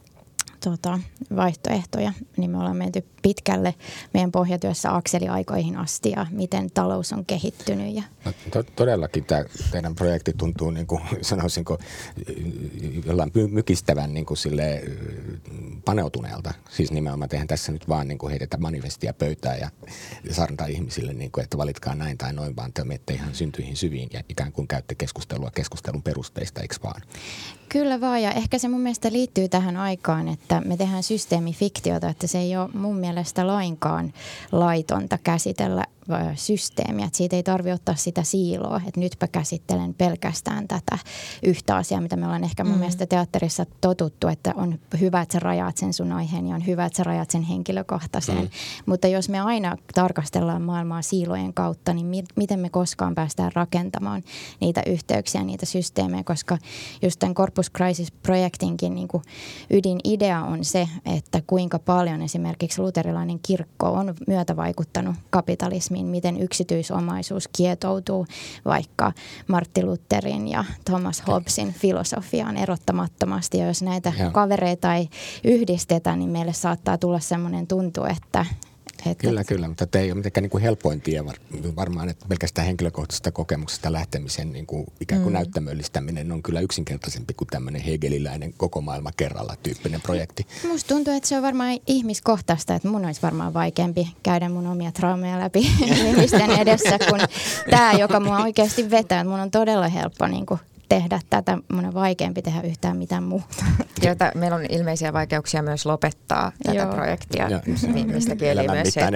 vaihtoehtoja, niin me ollaan menty pitkälle meidän pohjatyössä akseliaikoihin asti ja miten talous on kehittynyt. Ja todellakin tämä teidän projekti tuntuu, niin kuin sanoisinko, jollain mykistävän niin kuin sille paneutuneelta. Siis nimenomaan tehdään tässä nyt vaan niin kuin heitetä manifestia pöytään ja sarnata ihmisille, niin kuin, että valitkaa näin tai noin, vaan te menette ihan syntyihin syviin ja ikään kuin käytte keskustelun perusteista, eikö vaan? Kyllä vaan, ja ehkä se mun mielestä liittyy tähän aikaan, että me tehdään systeemifiktiota, että se ei ole mun mielestä lainkaan laitonta käsitellä systeemiä. Että siitä ei tarvitse ottaa sitä siiloa, että nytpä käsittelen pelkästään tätä yhtä asiaa, mitä me ollaan ehkä mun mielestä teatterissa totuttu, että on hyvä, että sä rajaat sen sun aiheen ja on hyvä, että sä rajaat sen henkilökohtaiseen. Mutta jos me aina tarkastellaan maailmaa siilojen kautta, niin miten me koskaan päästään rakentamaan niitä yhteyksiä, niitä systeemejä, koska just tämän Corpus Crisis-projektinkin niin kuin ydinidea on se, että kuinka paljon esimerkiksi luterilainen kirkko on myötävaikuttanut kapitalismiin, miten yksityisomaisuus kietoutuu vaikka Martti Lutherin ja Thomas Hobbesin filosofiaan erottamattomasti. Ja jos näitä kavereita ei yhdistetä, niin meille saattaa tulla semmoinen tuntu, että Kyllä, mutta tämä ei ole mitenkään niin kuin helpoin tie varmaan, että pelkästään henkilökohtaisesta kokemuksesta lähtemisen niin kuin ikään kuin näyttämöllistäminen on kyllä yksinkertaisempi kuin tämmöinen hegeliläinen koko maailma kerralla tyyppinen projekti. Musta tuntuu, että se on varmaan ihmiskohtaista, että mun olisi varmaan vaikeampi käydä mun omia traumeja läpi ihmisten edessä kuin tämä, joka mua oikeasti vetää. Mun on todella helppo niin kuin tehdä tätä, mun on vaikeampi tehdä yhtään mitään muuta. Meillä on ilmeisiä vaikeuksia myös lopettaa tätä projektia, mistä kieli myös se,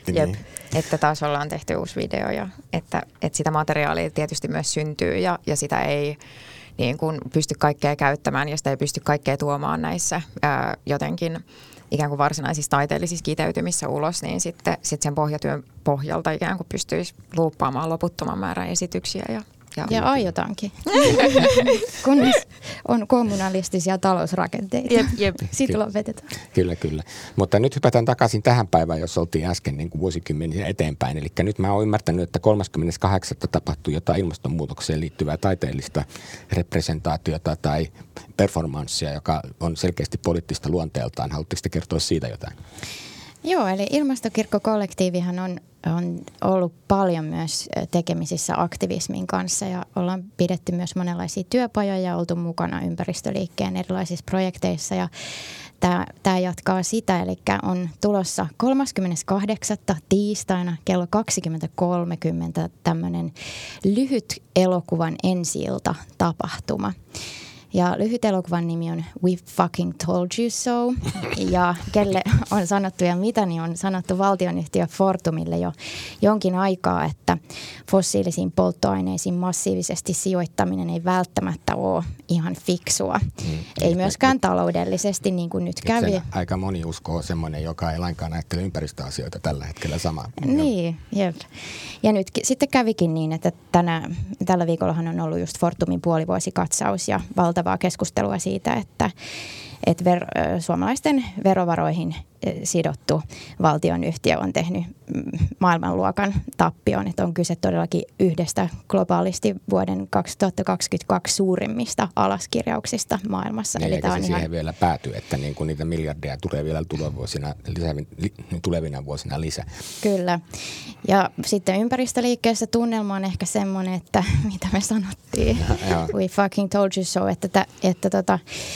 että taas ollaan tehty uusi video ja että sitä materiaalia tietysti myös syntyy ja sitä ei niin kuin pysty kaikkea käyttämään ja sitä ei pysty kaikkea tuomaan näissä jotenkin ikään kuin varsinaisissa taiteellisissa kiteytymissä ulos, niin sitten sen pohjatyön pohjalta ikään kuin pystyisi luuppaamaan loputtoman määrän esityksiä ja aiotaankin, kunnes on kommunalistisia talousrakenteita. Jep. Sitten lopetetaan. Kyllä. Mutta nyt hypätään takaisin tähän päivään, jos oltiin äsken niin kuin vuosikymmeniä eteenpäin. Eli nyt mä oon ymmärtänyt, että 38. tapahtui jotain ilmastonmuutokseen liittyvää taiteellista representaatiota tai performanssia, joka on selkeästi poliittista luonteeltaan. Haluatteko te kertoa siitä jotain? Joo, eli Ilmastokirkko-kollektiivihan on ollut paljon myös tekemisissä aktivismin kanssa ja ollaan pidetty myös monenlaisia työpajoja ja oltu mukana ympäristöliikkeen erilaisissa projekteissa ja tämä jatkaa sitä, eli on tulossa 38. tiistaina kello 20.30 tämmöinen lyhyt elokuvan ensi-ilta tapahtuma. Ja lyhyt elokuvan nimi on We Fucking Told You So. Ja kelle on sanottu ja mitä, niin on sanottu valtionyhtiö Fortumille jo jonkin aikaa, että fossiilisiin polttoaineisiin massiivisesti sijoittaminen ei välttämättä ole ihan fiksua. Ei myöskään taloudellisesti, niin kuin nyt kävi. Aika moni uskoo semmoinen, joka ei lainkaan ajattele ympäristöasioita tällä hetkellä samaa. Niin, jep. Ja nyt sitten kävikin niin, että tällä viikollahan on ollut just Fortumin puolivuosikatsaus ja valtavaa keskustelua siitä, että suomalaisten verovaroihin sidottu valtionyhtiö on tehnyt maailmanluokan tappion. Että on kyse todellakin yhdestä globaalisti vuoden 2022 suurimmista alaskirjauksista maailmassa. Ja eikä se siihen vielä pääty, että niin kuin niitä miljardeja tulee vielä tulevina vuosina lisää. Kyllä. Ja sitten ympäristöliikkeessä tunnelma on ehkä semmoinen, että mitä me sanottiin. We fucking told you so,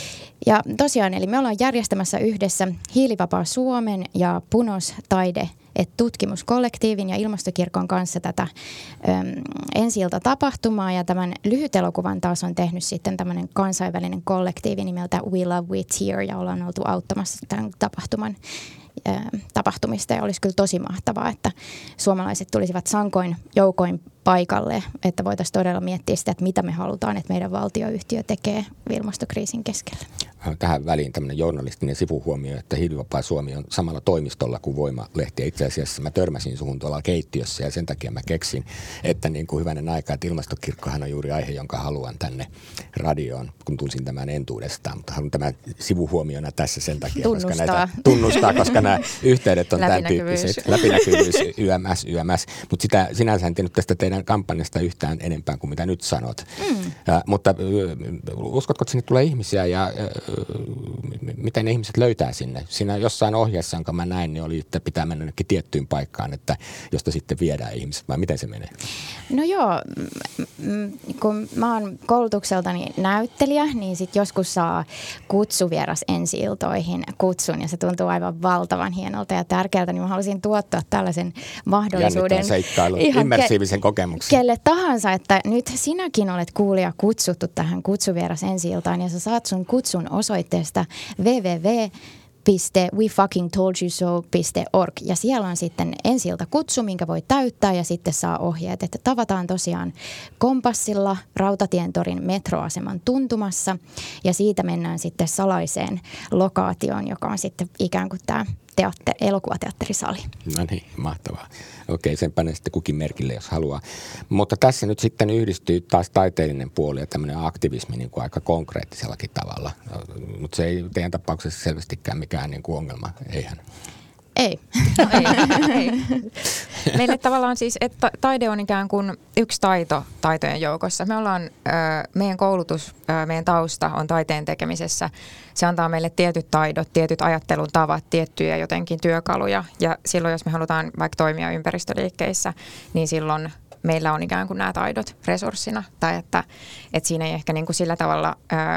ja tosiaan, eli me ollaan järjestämässä yhdessä Hiilivapaa Suomen ja Punos taide- että tutkimuskollektiivin ja Ilmastokirkon kanssa tätä ensi-ilta-tapahtumaa ja tämän lyhyt elokuvan taas on tehnyt sitten tämmöinen kansainvälinen kollektiivi nimeltä We Love Wits Here ja ollaan oltu auttamassa tämän tapahtumista ja olisi kyllä tosi mahtavaa, että suomalaiset tulisivat sankoin joukoin paikalle, että voitaisiin todella miettiä sitä, että mitä me halutaan, että meidän valtioyhtiö tekee ilmastokriisin keskellä. Tähän väliin tämmöinen journalistinen sivuhuomio, että Hiilivapaa Suomi on samalla toimistolla kuin Voima-lehti. Itse asiassa mä törmäsin suhun tuolla keittiössä ja sen takia mä keksin, että niin kuin hyvänen aika, että Ilmastokirkkohan on juuri aihe, jonka haluan tänne radioon, kun tulsin tämän entuudestaan. Mutta haluan tämän sivuhuomiona tässä sen takia, koska nämä yhteydet on tämän tyyppiset. Läpinäkyvyys, YMS. Mutta sinänsä en tiennyt tästä teidän kampanjasta yhtään enempää kuin mitä nyt sanot. Mutta uskotko, että sinne tulee ihmisiä ja miten ne ihmiset löytää sinne? Siinä jossain ohjeessa, jonka mä näin, niin oli, että pitää mennä jonnekin tiettyyn paikkaan, että josta sitten viedään ihmiset, vai miten se menee? No joo, kun mä oon koulutukseltani näyttelijä, niin sitten joskus saa kutsuvieras ensi-iltoihin kutsun, ja se tuntuu aivan valtavan hienolta ja tärkeältä, niin mä halusin tuottaa tällaisen mahdollisuuden immersiivisen kokemuksen. Kelle tahansa, että nyt sinäkin olet kuulija kutsuttu tähän kutsuvieras ensi-iltaan, ja sä saat sun kutsun osoitteesta www.wefuckingtoldyousO.org ja siellä on sitten ensi-ilta kutsu, minkä voi täyttää ja sitten saa ohjeet, että tavataan tosiaan Kompassilla Rautatientorin metroaseman tuntumassa ja siitä mennään sitten salaiseen lokaatioon, joka on sitten ikään kuin tämä elokuvateatterisali. No niin, mahtavaa. Okei, sen panee sitten kukin merkille, jos haluaa. Mutta tässä nyt sitten yhdistyy taas taiteellinen puoli ja tämmöinen aktivismi niin kuin aika konkreettisellakin tavalla. Mutta se ei teidän tapauksessa selvästikään mikään niin kuin ongelma, eihän? Ei. No, ei. Meille tavallaan siis, että taide on ikään kuin yksi taito taitojen joukossa. Me ollaan, meidän koulutus, meidän tausta on taiteen tekemisessä. Se antaa meille tietyt taidot, tietyt ajattelun tavat, tiettyjä jotenkin työkaluja. Ja silloin, jos me halutaan vaikka toimia ympäristöliikkeissä, niin silloin meillä on ikään kuin nämä taidot resurssina. Tai että siinä ei ehkä niin kuin sillä tavalla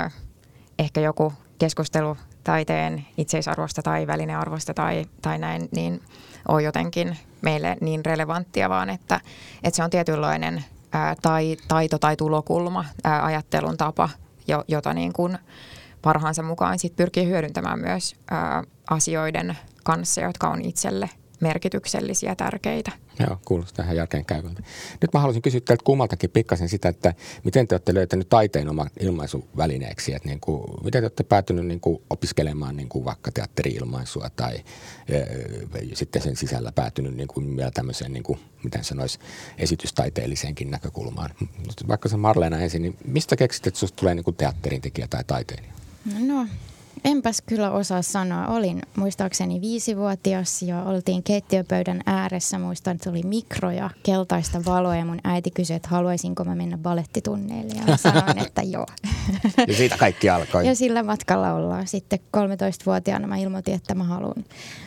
ehkä joku keskustelu taiteen itseisarvosta tai välinearvosta tai näin, niin on jotenkin meille niin relevanttia, vaan että se on tietynlainen taito tai tulokulma, ajattelun tapa, jota niin kuin parhaansa mukaan sit pyrkii hyödyntämään myös asioiden kanssa, jotka on itselle merkityksellisiä ja tärkeitä. Joo, kuulostaa ihan järkeenkäyvältä. Nyt mä haluaisin kysyä teiltä kummaltakin pikkasen sitä, että miten te olette löytänyt taiteen oman ilmaisuvälineeksi, että niin kuin, miten te olette päätynyt niin kuin opiskelemaan niin kuin vaikka teatteri-ilmaisua tai sitten sen sisällä päätynyt niin kuin vielä tämmöiseen, niin kuin, miten sanoisi, esitystaiteelliseenkin näkökulmaan. Vaikka se Marleena ensin, niin mistä keksit, että susta tulee niin kuin teatterintekijä tai taiteilija? No, enpäs kyllä osaa sanoa. Olin muistaakseni 5-vuotias ja oltiin keittiöpöydän ääressä. Muistan, että oli mikro ja keltaista valoa ja mun äiti kysyi, että haluaisinko mä mennä balettitunneille ja sanoin, että joo. Ja siitä kaikki alkoi. Ja sillä matkalla ollaan. Sitten 13-vuotiaana mä ilmoitin, että mä haluan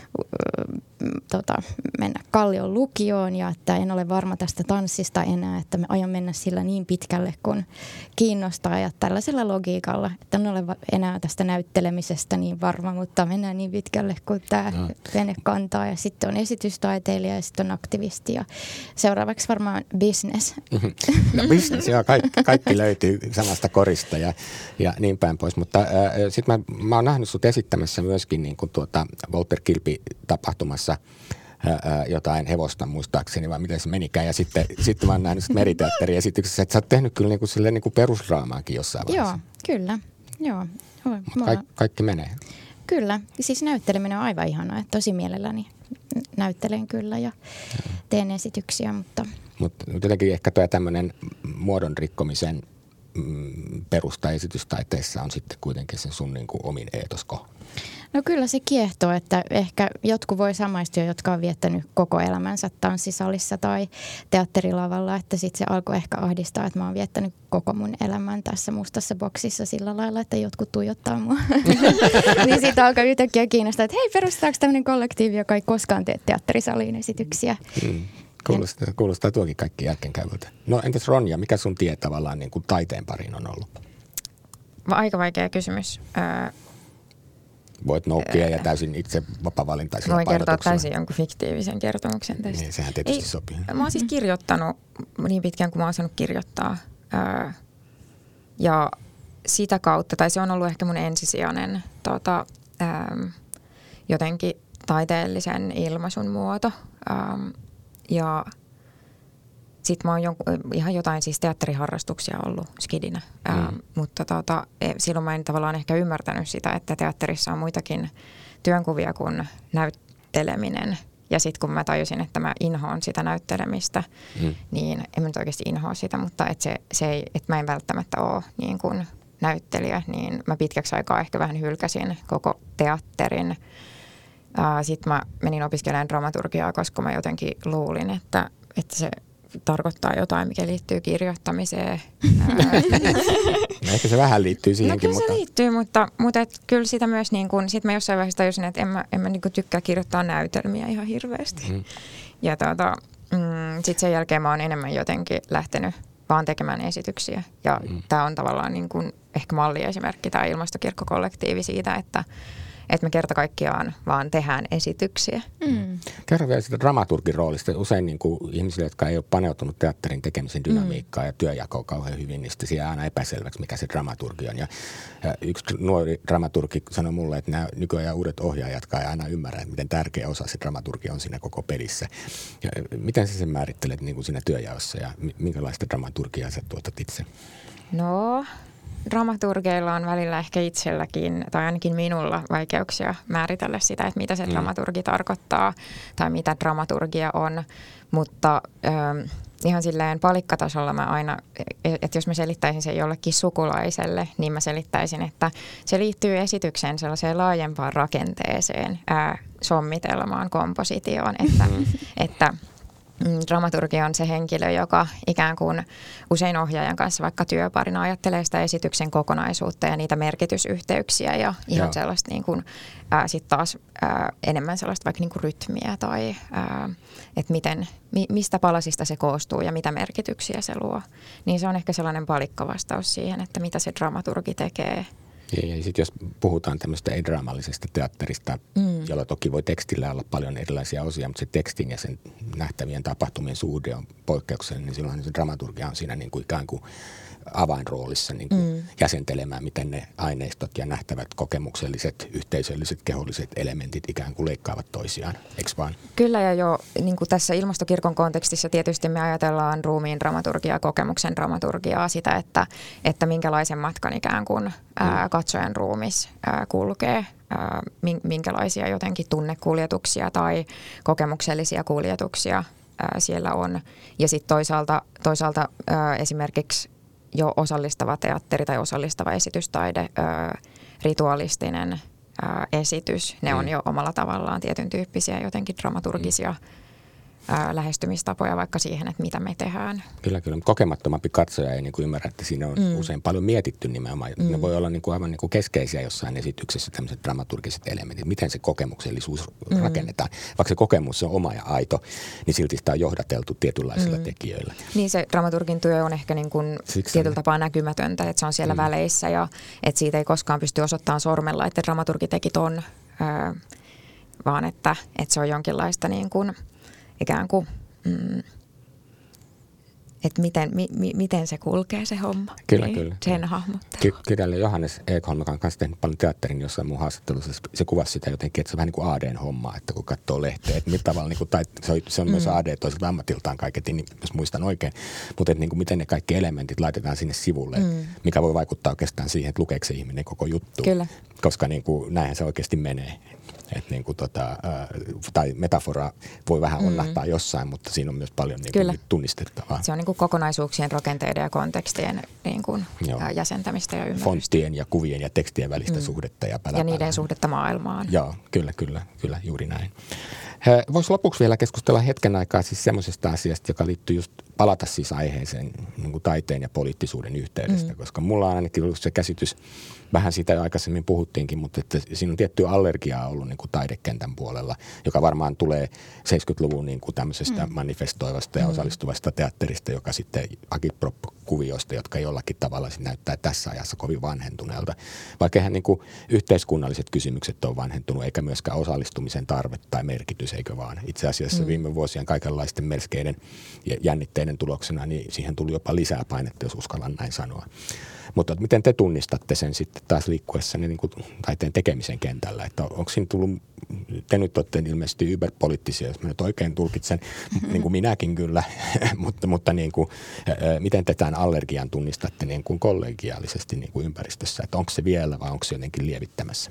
mennä Kallion lukioon ja että en ole varma tästä tanssista enää, että mä aion mennä sillä niin pitkälle kun kiinnostaa ja tällaisella logiikalla, että en ole enää tästä näyttelemisestä niin varma, mutta mennään niin pitkälle kuin tämä vene kantaa ja sitten on esitystaiteilija ja sitten on aktivisti ja seuraavaksi varmaan business. No business, joo, kaikki löytyy samasta korista ja niin päin pois, mutta sitten mä oon nähnyt sut esittämässä myöskin niin kuin Walter Kilpi tapahtumassa jotain hevosta muistaakseni, vai miten se menikään. Ja sitten mä oon nähnyt meriteatteriesityksessä, että sä oot tehnyt kyllä niin kuin perusdraamaakin jossain vaiheessa. Joo, kyllä. Joo. Kaikki menee. Kyllä. Siis näytteleminen on aivan ihanaa. Että tosi mielelläni näyttelen kyllä ja teen esityksiä, mutta jotenkin ehkä tuo tämmöinen muodon rikkomisen perusta esitystaiteessa on sitten kuitenkin sen sun niin kuin omin eetosko. No kyllä se kiehtoo, että ehkä jotkut voi samaistua, jotka on viettänyt koko elämänsä tanssisalissa tai teatterilavalla, että sitten se alkoi ehkä ahdistaa, että mä oon viettänyt koko mun elämän tässä mustassa boksissa sillä lailla, että jotkut tuijottaa mua. Niin siitä alkaa yhtäkkiä kiinnostaa, että hei, perustetaanko tämmöinen kollektiivi, joka ei koskaan tee teatterisaliin esityksiä. Kuulostaa tuokin kaikki järkeenkäyvältä. No entäs Ronja, mikä sun tie tavallaan niin kuin taiteen pariin on ollut? Aika vaikea kysymys. Voit noukkia ja täysin itse vapaa-valintaisilla Voin kertoa painotuksilla. täysin jonkun fiktiivisen kertomuksen tästä. Niin, sehän tietysti sopii. Mä oon siis kirjoittanut niin pitkään kuin mä oon saanut kirjoittaa. Ja sitä kautta, tai se on ollut ehkä mun ensisijainen jotenkin taiteellisen ilmaisun muoto. Ja sitten mä oon ihan jotain siis teatteriharrastuksia ollut skidinä, mutta silloin mä en tavallaan ehkä ymmärtänyt sitä, että teatterissa on muitakin työnkuvia kuin näytteleminen. Ja sitten kun mä tajusin, että mä inhoan sitä näyttelemistä, niin en mä nyt oikeasti inhoa sitä, mutta että mä en välttämättä ole niin kuin näyttelijä, niin mä pitkäksi aikaa ehkä vähän hylkäsin koko teatterin. Sitten mä menin opiskelemaan dramaturgiaa, koska mä jotenkin luulin, että se tarkoittaa jotain, mikä liittyy kirjoittamiseen. No ehkä se vähän liittyy siihenkin. No kyllä se liittyy, mutta kyllä sitä myös niin kuin, sit mä jossain vaiheessa tajusin, että en mä niin kuin tykkää kirjoittaa näytelmiä ihan hirveästi. Ja sitten sen jälkeen mä oon enemmän jotenkin lähtenyt vaan tekemään esityksiä. Ja tää on tavallaan niin kuin ehkä malliesimerkki, tämä ilmastokirkkokollektiivi siitä, että me kerta kaikkiaan vaan tehdään esityksiä. Kerro vielä sitä dramaturgin roolista. Usein niin kuin ihmisille, jotka ei ole paneutunut teatterin tekemisen dynamiikkaa ja työjakoa kauhean hyvin, niin sitten siellä aina epäselväksi, mikä se dramaturgi on. Ja yksi nuori dramaturgi sanoi mulle, että nämä nykyajan uudet ohjaajat ei aina ymmärrä, että miten tärkeä osa se dramaturgi on siinä koko pelissä. Ja miten sä sen määrittelet niin kuin siinä työjaossa ja minkälaista dramaturgiaa sä tuotat itse? No, dramaturgeilla on välillä ehkä itselläkin, tai ainakin minulla, vaikeuksia määritellä sitä, että mitä se dramaturgi tarkoittaa tai mitä dramaturgia on. Mutta ihan silleen palikkatasolla mä aina, että jos mä selittäisin sen jollekin sukulaiselle, niin mä selittäisin, että se liittyy esityksen sellaiseen laajempaan rakenteeseen, sommitelmaan, kompositioon, että dramaturgi on se henkilö, joka ikään kuin usein ohjaajan kanssa vaikka työparina ajattelee sitä esityksen kokonaisuutta ja niitä merkitysyhteyksiä ja ihan sellaista niin kuin, sit taas enemmän sellaista vaikka niin kuin rytmiä tai että mistä palasista se koostuu ja mitä merkityksiä se luo. Niin se on ehkä sellainen palikkavastaus siihen, että mitä se dramaturgi tekee. Ja sitten jos puhutaan tämmöistä ei-draamallisesta teatterista, jolla toki voi tekstillä olla paljon erilaisia osia, mutta se tekstin ja sen nähtävien tapahtumien suhde on poikkeuksellinen, niin silloin se dramaturgia on siinä niin kuin ikään kuin avainroolissa niin kuin jäsentelemään, miten ne aineistot ja nähtävät kokemukselliset, yhteisölliset, keholliset elementit ikään kuin leikkaavat toisiaan, eikö vaan? Kyllä ja jo niin kuin tässä ilmastokirkon kontekstissa tietysti me ajatellaan ruumiin dramaturgiaa, kokemuksen dramaturgiaa, sitä, että minkälaisen matkan ikään kuin katsojan ruumis kulkee, minkälaisia jotenkin tunnekuljetuksia tai kokemuksellisia kuljetuksia siellä on. Ja sitten toisaalta esimerkiksi jo osallistava teatteri tai osallistava esitystaide, rituaalistinen esitys, ne on jo omalla tavallaan tietyn tyyppisiä jotenkin dramaturgisia lähestymistapoja vaikka siihen, että mitä me tehdään. Kyllä. Kokemattomampi katsoja ei niin kuin ymmärrä, että siinä on usein paljon mietitty nimenomaan. Ne voi olla niin kuin aivan niin kuin keskeisiä jossain esityksessä tämmöiset dramaturgiset elementit. Miten se kokemuksellisuus rakennetaan. Vaikka se kokemus on oma ja aito, niin silti sitä on johdateltu tietynlaisilla tekijöillä. Niin se dramaturgin työ on ehkä niin kuin tietyllä tapaa näkymätöntä, että se on siellä väleissä ja että siitä ei koskaan pysty osoittamaan sormella, että dramaturgi teki ton, vaan että se on jonkinlaista niin kuin ikään kuin, että miten se kulkee se homma. Kyllä. Sen hahmottaa. Kirjailija Johannes Ekholm on kanssa tehnyt paljon teatterin jossain mun haastattelussa. Se kuvasi sitä jotenkin, että se on vähän niin kuin AD:n homma, että kun katsoo lehteä, että mitä tavalla, niin kuin, tai se on myös AD toiselta ammatiltaan kaiketi, niin, jos muistan oikein. Mutta että niin kuin, miten ne kaikki elementit laitetaan sinne sivulle, mikä voi vaikuttaa oikeastaan siihen, että lukeeko se ihminen koko juttu. Kyllä. Koska niin kuin, näinhän se oikeasti menee. Että niin kuin tai metafora voi vähän onnahtaa jossain, mutta siinä on myös paljon niin kuin tunnistettavaa. Se on niin kuin kokonaisuuksien, rakenteiden ja kontekstien niin kuin jäsentämistä ja ymmärrystä. Fonttien ja kuvien ja tekstien välistä suhdetta ja ja niiden suhdetta maailmaan. Joo, kyllä, juuri näin. Voisi lopuksi vielä keskustella hetken aikaa siis semmoisesta asiasta, joka liittyy just palata siis aiheeseen niin kuin taiteen ja poliittisuuden yhteydestä, koska mulla on ainakin ollut se käsitys, vähän siitä jo aikaisemmin puhuttiinkin, mutta että siinä on tiettyä allergiaa ollut ollut niin kuin taidekentän puolella, joka varmaan tulee 70-luvun niin kuin tämmöisestä manifestoivasta ja osallistuvasta teatterista, joka sitten agitprop-kuvioista, jotka jollakin tavalla näyttää tässä ajassa kovin vanhentuneelta. Vaikka eihän niin kuin yhteiskunnalliset kysymykset ole vanhentunut, eikä myöskään osallistumisen tarve tai merkitys, eikö vaan. Itse asiassa viime vuosien kaikenlaisten melskeiden ja jännitteiden tuloksena, niin siihen tuli jopa lisää painetta, jos uskallan näin sanoa. Mutta miten te tunnistatte sen sitten taas liikkuessanne niin kuin taiteen tekemisen kentällä? Että onko siinä tullut, te nyt olette ilmeisesti yberpoliittisia, jos mä nyt oikein tulkitsen, niin kuin minäkin kyllä, mutta niin kuin, miten te tämän allergian tunnistatte niin kuin kollegiaalisesti niin kuin ympäristössä? Että onko se vielä vai onko se jotenkin lievittämässä?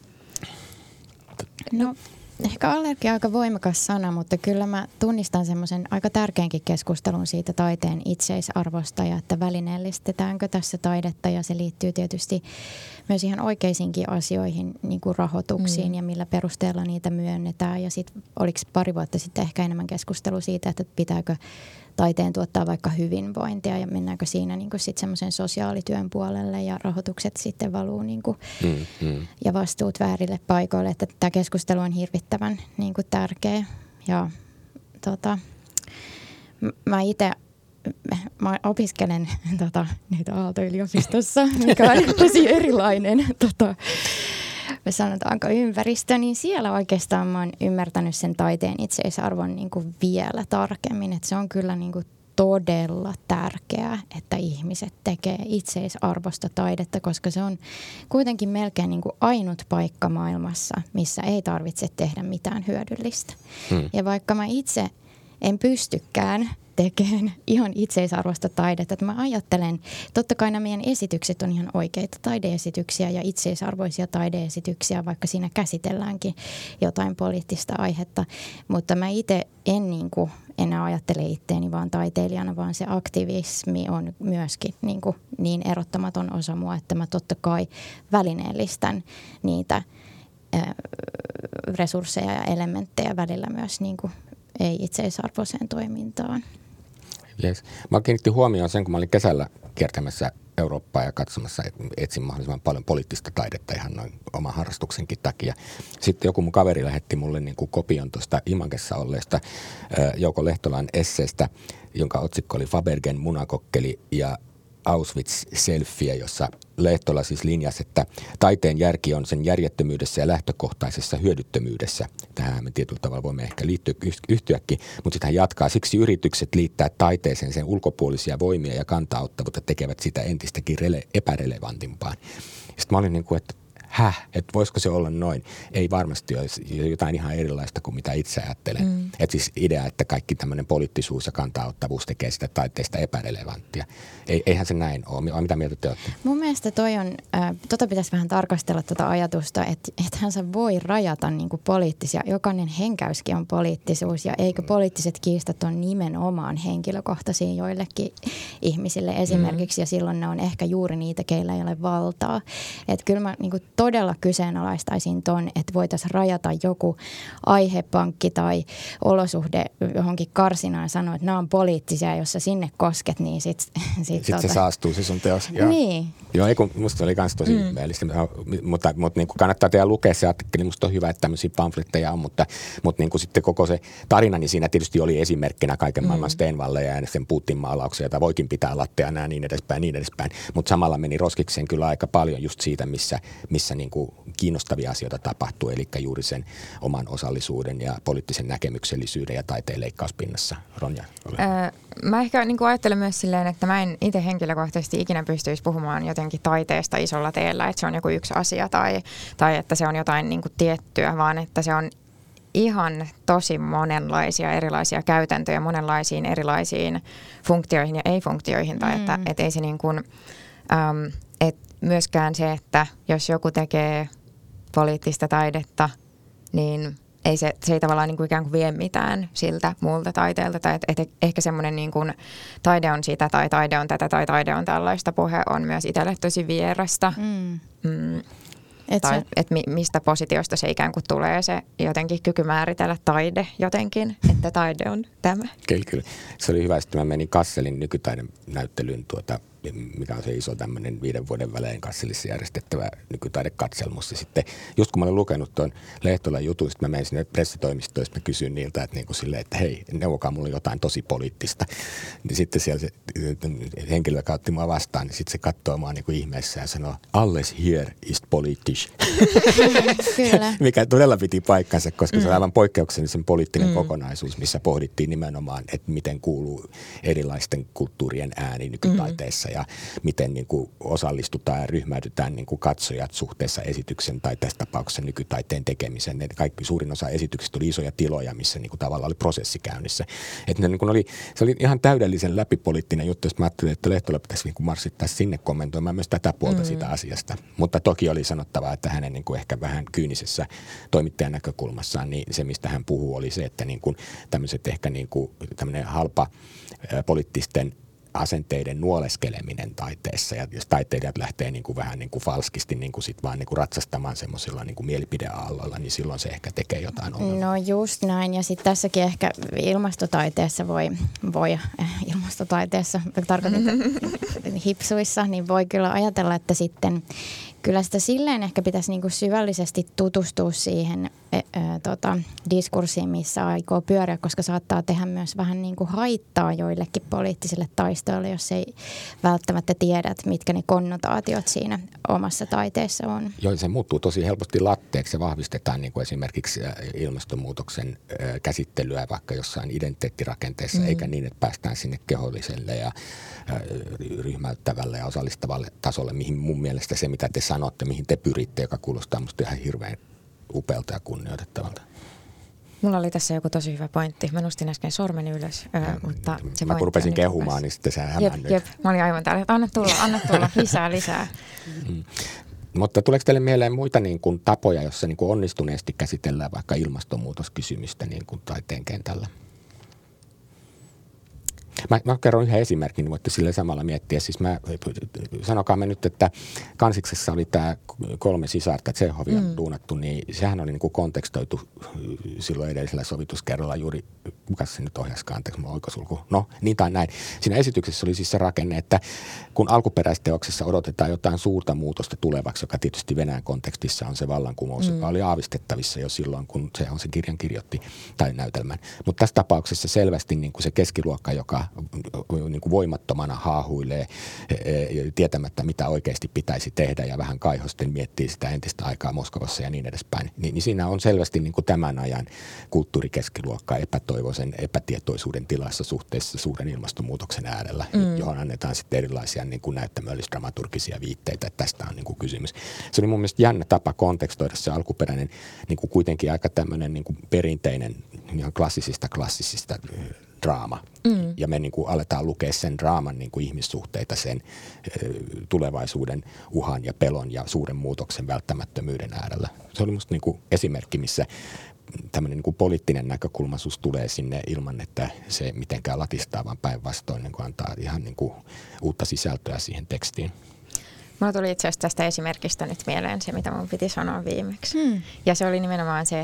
No ehkä allergia on aika voimakas sana, mutta kyllä mä tunnistan semmoisen aika tärkeänkin keskustelun siitä taiteen itseisarvosta ja että välineellistetäänkö tässä taidetta, ja se liittyy tietysti myös ihan oikeisiinkin asioihin, niin kuin rahoituksiin ja millä perusteella niitä myönnetään. Ja sitten oliko pari vuotta sitten ehkä enemmän keskustelua siitä, että pitääkö taiteen tuottaa vaikka hyvinvointia ja mennäänkö siinä niin kuin sitten semmoisen sosiaalityön puolelle ja rahoitukset sitten valuu niin kuin ja vastuut väärille paikoille. Että tämä keskustelu on hirvittävän niin kuin tärkeä. Ja mä opiskelen nyt Aalto-yliopistossa, mikä on tosi erilainen sanotaanko ympäristö, niin siellä oikeastaan mä oon ymmärtänyt sen taiteen itseisarvon niin kuin vielä tarkemmin. Että se on kyllä niin kuin todella tärkeää, että ihmiset tekee itseisarvosta taidetta, koska se on kuitenkin melkein niin kuin ainut paikka maailmassa, missä ei tarvitse tehdä mitään hyödyllistä. Ja vaikka mä itse en pystykään tekemään ihan itseisarvosta taidetta. Että mä ajattelen, totta kai nämä meidän esitykset on ihan oikeita taideesityksiä ja itseisarvoisia taideesityksiä, vaikka siinä käsitelläänkin jotain poliittista aihetta. Mutta mä itse en enää ajattele itteeni vaan taiteilijana, vaan se aktivismi on myöskin niin erottamaton osa mua, että mä totta kai välineellistän niitä resursseja ja elementtejä välillä myös ei-itseisarvoiseen toimintaan. Yes. Mä kiinnitin huomioon sen, kun mä olin kesällä kiertämässä Eurooppaa ja katsomassa, etsin mahdollisimman paljon poliittista taidetta ihan noin oman harrastuksenkin takia. Sitten joku mun kaveri lähetti mulle niin kuin kopion tuosta Imagessa olleesta Jouko Lehtolan esseestä, jonka otsikko oli Fabergen munakokkeli ja Auschwitz-selfie, jossa Lehtola siis linjasi, että taiteen järki on sen järjettömyydessä ja lähtökohtaisessa hyödyttömyydessä. Tähän me tietyllä tavalla voimme ehkä yhtyäkin, mutta sitten hän jatkaa. Siksi yritykset liittää taiteeseen sen ulkopuolisia voimia ja kantauttavuutta tekevät sitä entistäkin epärelevantimpaan. Sitten mä olin niin kuin, että että voisiko se olla noin? Ei varmasti olisi jotain ihan erilaista kuin mitä itse ajattelen. Että siis idea, että kaikki tämmöinen poliittisuus ja kantauttavuus tekee sitä taiteesta epärelevanttia. Eihän se näin ole. Mitä mieltä te olette? Mun mielestä pitäisi vähän tarkastella ajatusta, että ethän sä voi rajata poliittisia. Jokainen henkäyskin on poliittisuus ja eikö poliittiset kiistat on nimenomaan henkilökohtaisia joillekin ihmisille esimerkiksi ja silloin ne on ehkä juuri niitä, keillä ei ole valtaa. Että kyllä mä todella kyseenalaistaisin ton, että voitaisiin rajata joku aihepankki tai olosuhde johonkin karsinaan ja sanoa, että nämä on poliittisia, jos sä sinne kosket, niin sitten se saastuu se sun teos. Niin. Joo, musta oli kans tosi ihmeellistä, mutta niin kuin kannattaa tehdä lukea se artikkeli. Musta on hyvä, että tämmöisiä pamfletteja on, mutta niin kuin sitten koko se tarina, niin siinä tietysti oli esimerkkinä kaiken maailman Stenvalleja ja sen Putin-maalauksia, joita voikin pitää lattea nämä niin edespäin. Mutta samalla meni roskikseen kyllä aika paljon just siitä, missä niin kuin kiinnostavia asioita tapahtuu, eli juuri sen oman osallisuuden ja poliittisen näkemyksellisyyden ja taiteen leikkauspinnassa. Ronja, ole. Mä ehkä ajattelen myös silleen, että mä en itse henkilökohtaisesti ikinä pystyisi puhumaan jotenkin taiteesta isolla teellä, että se on joku yksi asia tai että se on jotain niin kuin tiettyä, vaan että se on ihan tosi monenlaisia erilaisia käytäntöjä monenlaisiin erilaisiin funktioihin ja ei-funktioihin, tai että ei se niin kuin, myöskään se, että jos joku tekee poliittista taidetta, niin se ei tavallaan niin kuin ikään kuin vie mitään siltä muulta taiteelta. Tai että ehkä semmoinen niin kuin taide on sitä tai taide on tätä tai taide on tällaista puhe on myös itselle tosi vierasta. Tai että mistä positiosta se ikään kuin tulee se jotenkin kyky määritellä taide jotenkin, että taide on tämä. Kyllä. Se oli hyvä, että mä menin Kasselin nykytaiden näyttelyyn mikä on se iso tämmöinen 5 vuoden välein Kassellissa järjestettävä nykytaidekatselmus. Ja sitten just kun mä olen lukenut tuon Lehtolan jutun, sitten mä menin sinne pressitoimistoon, mä kysyin niiltä, että, niin kuin silleen, että hei, neuvokaa mulle jotain tosi poliittista. Niin sitten siellä se henkilö, joka otti mua vastaan, niin sitten se katsoo mua niin kuin ihmeessä ja sanoo, alles here is politisch. Mikä todella piti paikkansa, koska se on aivan poikkeuksellisen poliittinen kokonaisuus, missä pohdittiin nimenomaan, että miten kuuluu erilaisten kulttuurien ääni nykytaiteessa ja miten niin kuin osallistutaan ja ryhmäydytään niin kuin katsojat suhteessa esityksen tai tässä tapauksessa nykytaiteen tekemiseen. Kaikki suurin osa esityksistä oli isoja tiloja, missä niin kuin tavallaan oli prosessi käynnissä. Että niin kuin se oli ihan täydellisen läpipoliittinen juttu, jos mä ajattelin, että Lehtola pitäisi niin kuin marssittaa sinne kommentoimaan myös tätä puolta sitä asiasta. Mutta toki oli sanottava, että hänen niin kuin ehkä vähän kyynisessä toimittajan näkökulmassaan, niin se mistä hän puhuu oli se, että niin kuin tämmöiset ehkä niin kuin tämmöinen halpa poliittisten asenteiden nuoleskeleminen taiteessa, ja jos taiteilijat lähtee niin kuin vähän niin kuin falskisti niin kuin sit vaan niin kuin ratsastamaan semmoisilla niin kuin mielipideaalloilla, niin silloin se ehkä tekee jotain ongelmaa. No just näin, ja sitten tässäkin ehkä ilmastotaiteessa ilmastotaiteessa, tarkoitan hipsuissa, niin voi kyllä ajatella, että sitten kyllä sitä silleen ehkä pitäisi niinku syvällisesti tutustua siihen diskurssiin, missä aikoo pyöriä, koska saattaa tehdä myös vähän niinku haittaa joillekin poliittisille taistoille, jos ei välttämättä tiedä, mitkä ne konnotaatiot siinä omassa taiteessa on. Joo, se muuttuu tosi helposti latteeksi ja vahvistetaan niin kuin esimerkiksi ilmastonmuutoksen käsittelyä vaikka jossain identiteettirakenteessa, eikä niin, että päästään sinne keholliselle ja ryhmäyttävälle ja osallistavalle tasolle, mihin mun mielestä se, mitä te sanotte, mihin te pyritte, joka kuulostaa musta ihan hirveän upealta ja kunnioitettavalta. Mulla oli tässä joku tosi hyvä pointti. Mä nostin äsken sormeni ylös, mutta se mä kun rupesin kehumaan, niin sitten sä hämännyt. Jep, mä olin aivan täällä, että anna tulla, lisää. Mutta tuleeko teille mieleen muita niin kuin tapoja, joissa niin kuin onnistuneesti käsitellään vaikka ilmastonmuutoskysymystä niin kuin taiteen kentällä? Mä kerron yhden esimerkin, niin voitte sille samalla miettiä. Siis sanokaamme nyt, että Kansiksessa oli tämä 3 sisarta, Tšehovi on duunattu, niin sehän oli niin kuin kontekstoitu silloin edellisellä sovituskerralla juuri, kuka se nyt ohjaskaan, anteeksi, mä oikosulku. No, niin tai näin. Siinä esityksessä oli siis se rakenne, että kun alkuperäisteoksessa odotetaan jotain suurta muutosta tulevaksi, joka tietysti Venäjän kontekstissa on se vallankumous, joka oli aavistettavissa jo silloin, kun se on se kirjan kirjoitti tai näytelmän. Mutta tässä tapauksessa selvästi niin kuin se keskiluokka, joka niin kuin voimattomana haahuilee tietämättä, mitä oikeasti pitäisi tehdä ja vähän kaihosten miettii sitä entistä aikaa Moskovassa ja niin edespäin. Niin siinä on selvästi niin kuin tämän ajan kulttuurikeskiluokka epätoivoisen epätietoisuuden tilassa suhteessa suuren ilmastonmuutoksen äärellä, johon annetaan sitten erilaisia niin kuin näyttämöllis-dramaturgisia viitteitä, että tästä on niin kuin kysymys. Se oli mun mielestä jännä tapa kontekstoida se alkuperäinen niin kuin kuitenkin aika tämmöinen niin kuin perinteinen ihan klassisista draama. Ja me niin kuin aletaan lukea sen draaman niin kuin ihmissuhteita, sen tulevaisuuden uhan ja pelon ja suuren muutoksen välttämättömyyden äärellä. Se oli musta niin kuin esimerkki, missä tämmöinen niin kuin poliittinen näkökulmaisuus tulee sinne ilman, että se mitenkään latistaa, vaan päinvastoin niin kuin antaa ihan niin kuin uutta sisältöä siihen tekstiin. Mulla tuli itse asiassa tästä esimerkistä nyt mieleen se, mitä mun piti sanoa viimeksi. Ja se oli nimenomaan se,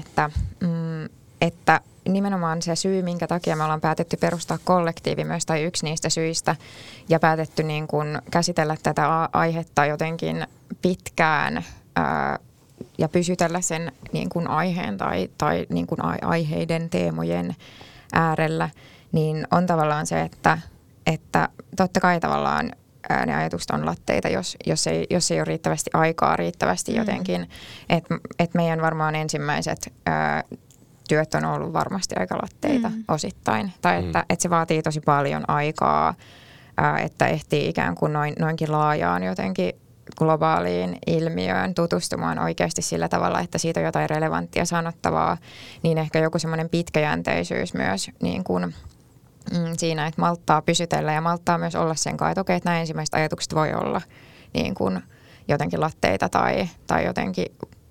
että nimenomaan se syy, minkä takia me ollaan päätetty perustaa kollektiivi myös, tai yksi niistä syistä, ja päätetty niin kuin käsitellä tätä aihetta jotenkin pitkään ja pysytellä sen niin kuin aiheen tai niin kuin aiheiden, teemojen äärellä, niin on tavallaan se, että totta kai tavallaan ne ajatukset on latteita, jos ei ole riittävästi aikaa, riittävästi jotenkin, että meidän varmaan ensimmäiset työt on ollut varmasti aika latteita osittain. Tai että se vaatii tosi paljon aikaa, että ehtii ikään kuin noinkin laajaan jotenkin globaaliin ilmiöön tutustumaan oikeasti sillä tavalla, että siitä on jotain relevanttia sanottavaa. Niin ehkä joku semmoinen pitkäjänteisyys myös niin kuin siinä, että malttaa pysytellä ja malttaa myös olla sen kanssa, että okei, että nämä ensimmäiset ajatukset voi olla niin kuin jotenkin latteita tai jotenkin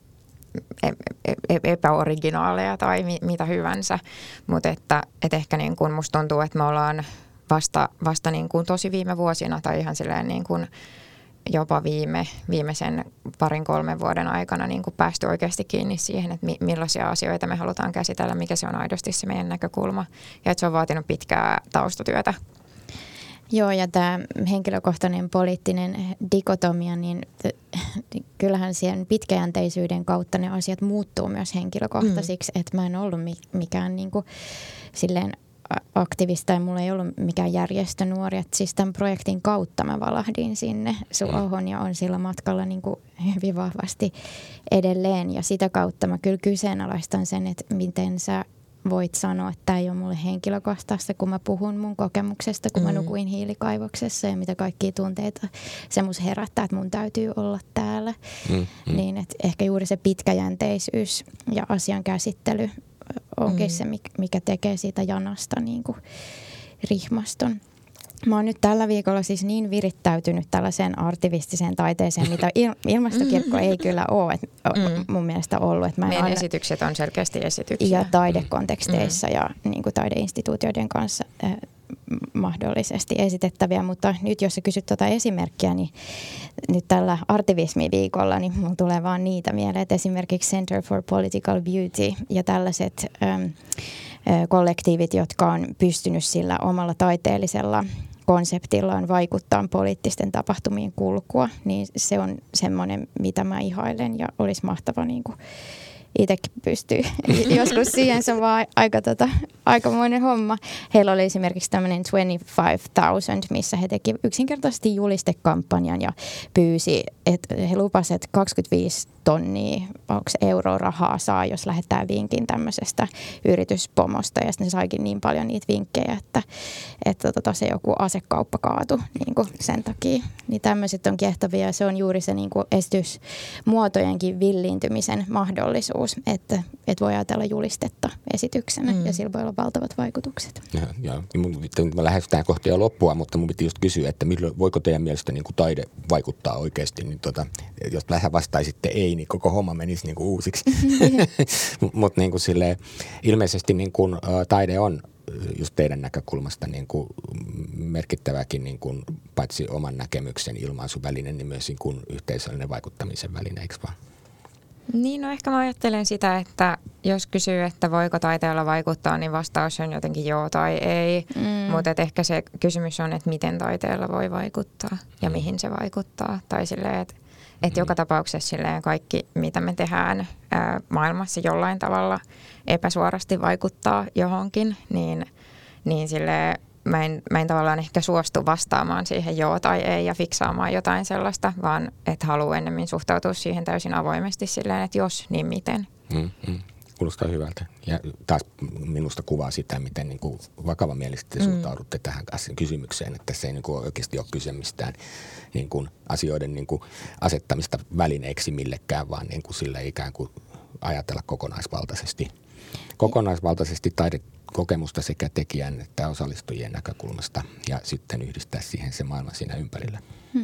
epäoriginaaleja tai mitä hyvänsä, mutta että ehkä niin kuin musta tuntuu, että me ollaan vasta niin kuin tosi viime vuosina tai ihan silleen niin kuin jopa viimeisen 2-3 vuoden aikana niin kuin päästy oikeasti kiinni siihen, että millaisia asioita me halutaan käsitellä, mikä se on aidosti se meidän näkökulma ja että se on vaatinut pitkää taustatyötä. Joo, ja tämä henkilökohtainen poliittinen dikotomia, niin kyllähän siihen pitkäjänteisyyden kautta ne asiat muuttuu myös henkilökohtaisiksi, että mä en ollut mikään niinku silleen aktivista ja mulla ei ollut mikään järjestönuori, että siis tämän projektin kautta mä valahdin sinne suohon ja on sillä matkalla niin kuin hyvin vahvasti edelleen ja sitä kautta mä kyllä kyseenalaistan sen, että miten sä voit sanoa, että tämä ei ole mulle henkilökohtaista, kun mä puhun mun kokemuksesta, kun mä nukuin hiilikaivoksessa ja mitä kaikkia tunteita se musta herättää, että mun täytyy olla täällä. Niin, että ehkä juuri se pitkäjänteisyys ja asian käsittely onkin se, mikä tekee siitä janasta niin kuin rihmaston. Mä oon nyt tällä viikolla siis niin virittäytynyt tällaiseen artivistiseen taiteeseen, mitä ilmastokirkko ei kyllä ole mun mielestä ollut. Että meidän esitykset on selkeästi esityksiä. Ja taidekonteksteissa ja niin kuin taideinstituutioiden kanssa mahdollisesti esitettäviä, mutta nyt jos sä kysyt tuota esimerkkiä, niin nyt tällä artivismiviikolla, niin mulla tulee vaan niitä mieleen, että esimerkiksi Center for Political Beauty ja tällaiset kollektiivit, jotka on pystynyt sillä omalla taiteellisella konseptillaan vaikuttaa poliittisten tapahtumien kulkua, niin se on semmoinen, mitä mä ihailen ja olisi mahtava niin kuin itsekin pystyy joskus siihen, se on vaan aikamoinen homma. Heillä oli esimerkiksi tämmöinen 25,000, missä he teki yksinkertaisesti julistekampanjan ja pyysi, että he lupasivat, että 25 tonnia, onko se eurorahaa saa, jos lähettää vinkin tämmöisestä yrityspomosta. Ja sitten ne saikin niin paljon niitä vinkkejä, että se joku asekauppa kaatui niin kuin sen takia. Niin tämmöiset on kiehtovia ja se on juuri se niin kuin esitysmuotojenkin villiintymisen mahdollisuus, että voi ajatella julistetta esityksenä ja sillä voi olla valtavat vaikutukset. Ja mä lähestytään kohti jo loppua, mutta mun piti just kysyä, että voiko teidän mielestä niin kuin taide vaikuttaa oikeasti, niin jos vähän vastaisitte ei, niin koko homma menisi niin kuin uusiksi. Mutta niin kuin silleen, ilmeisesti niin kuin, taide on just teidän näkökulmasta niin kuin merkittäväkin niin kuin, paitsi oman näkemyksen ilmaisuväline, niin myös niin kuin yhteisöllinen vaikuttamisen väline, eikö vaan? Niin, no ehkä mä ajattelen sitä, että jos kysyy, että voiko taiteella vaikuttaa, niin vastaus on jotenkin joo tai ei. Mutta ehkä se kysymys on, että miten taiteella voi vaikuttaa ja mihin se vaikuttaa. Tai silleen, että joka tapauksessa silleen kaikki, mitä me tehdään maailmassa jollain tavalla epäsuorasti vaikuttaa johonkin, niin silleen mä en tavallaan ehkä suostu vastaamaan siihen joo tai ei ja fiksaamaan jotain sellaista, vaan että haluan ennemmin suhtautua siihen täysin avoimesti silleen, että jos, niin miten. Kuulostaa hyvältä. Ja taas minusta kuvaa sitä, miten niin kuin vakavamielisesti suhtaudutte tähän kysymykseen, että se ei niin kuin oikeasti ole kyse mistään niin kuin asioiden niin kuin asettamista välineiksi millekään, vaan niin kuin sillä ikään kuin ajatella kokonaisvaltaisesti taidekokemusta sekä tekijän että osallistujien näkökulmasta ja sitten yhdistää siihen se maailma siinä ympärillä.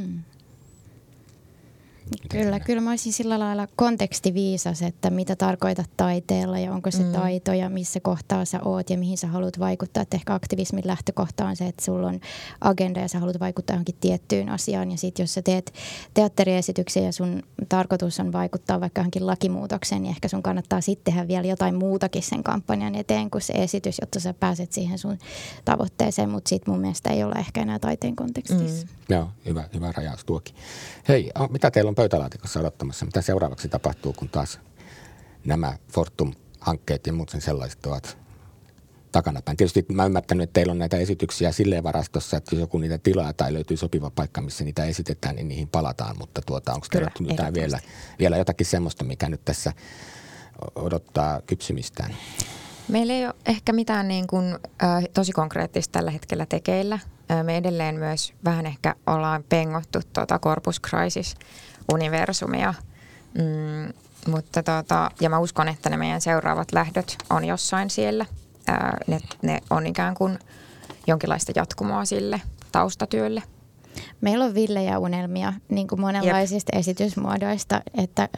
Kyllä mä olisin sillä lailla kontekstiviisas, että mitä tarkoitat taiteella ja onko se taito ja missä kohtaa sä oot ja mihin sä haluat vaikuttaa. Että ehkä aktivismin lähtökohta on se, että sulla on agenda ja sä haluat vaikuttaa johonkin tiettyyn asiaan. Ja sitten jos sä teet teatteriesityksen ja sun tarkoitus on vaikuttaa vaikka johonkin lakimuutokseen, niin ehkä sun kannattaa sitten tehdä vielä jotain muutakin sen kampanjan eteen kuin se esitys, jotta sä pääset siihen sun tavoitteeseen. Mutta sit mun mielestä ei ole ehkä enää taiteen kontekstissa. Joo, hyvä rajaus tuokin. Hei, mitä teillä on pöytälaatikossa odottamassa? Mitä seuraavaksi tapahtuu, kun taas nämä Fortum-hankkeet ja muut sen sellaiset ovat takanapäin? Tietysti mä ymmärtänyt, että teillä on näitä esityksiä silleen varastossa, että jos joku niitä tilaa tai löytyy sopiva paikka, missä niitä esitetään, niin niihin palataan. Mutta onko teillä jotain vielä jotakin semmoista, mikä nyt tässä odottaa kypsymistään? Meillä ei ole ehkä mitään niin kuin, tosi konkreettista tällä hetkellä tekeillä. Me edelleen myös vähän ehkä ollaan pengottu Corpus Crisis-universumia, mutta ja mä uskon, että ne meidän seuraavat lähdöt on jossain siellä. Ne on ikään kuin jonkinlaista jatkumoa sille taustatyölle. Meillä on villejä unelmia niin kuin monenlaisista esitysmuodoista, että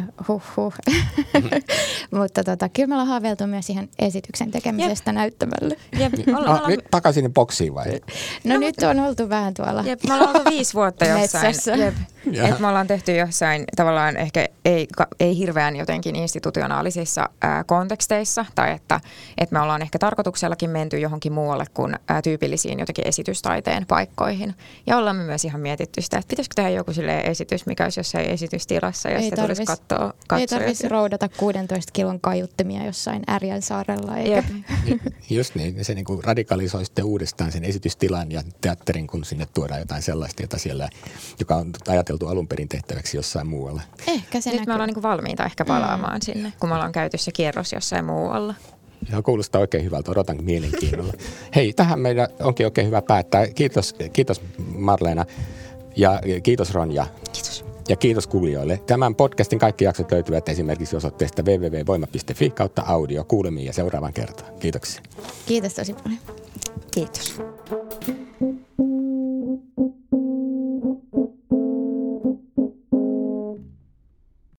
Mutta kyllä me ollaan haaveiltu myös ihan esityksen tekemisestä näyttämällä. Nyt takaisin boksiin vai? No nyt on oltu vähän tuolla me ollaan oltu 5 vuotta jossain. Että me ollaan tehty jossain tavallaan ehkä ei hirveän jotenkin institutionaalisissa konteksteissa, tai että me ollaan ehkä tarkoituksellakin menty johonkin muualle kuin tyypillisiin jotenkin esitystaiteen paikkoihin. Ja ollaan me myös ihan mietitty sitä, että pitäisikö tehdä joku esitys, mikä olisi jossain esitystilassa, jos se tulisi katsoa. Ei tarvitsisi roudata 16 kilon kaiuttimia jossain Ärjänsaarella. Just niin, se niin kuin radikalisoi sitten uudestaan sen esitystilan ja teatterin, kun sinne tuodaan jotain sellaista, joka on ajateltu alun perin tehtäväksi jossain muualla. Ehkä se nyt me ollaan niin kuin valmiita ehkä palaamaan sinne, kun me ollaan käyty se kierros jossain muualla. Joo, kuulostaa oikein hyvältä. Odotan mielenkiinnolla. Hei, tähän meidän onkin oikein hyvä päättää. Kiitos Marleena ja kiitos Ronja. Kiitos. Ja kiitos kuulijoille. Tämän podcastin kaikki jaksot löytyvät esimerkiksi osoitteesta www.voima.fi/audio. Kuulemiin ja seuraavan kertaan. Kiitoksia. Kiitos tosi paljon. Kiitos.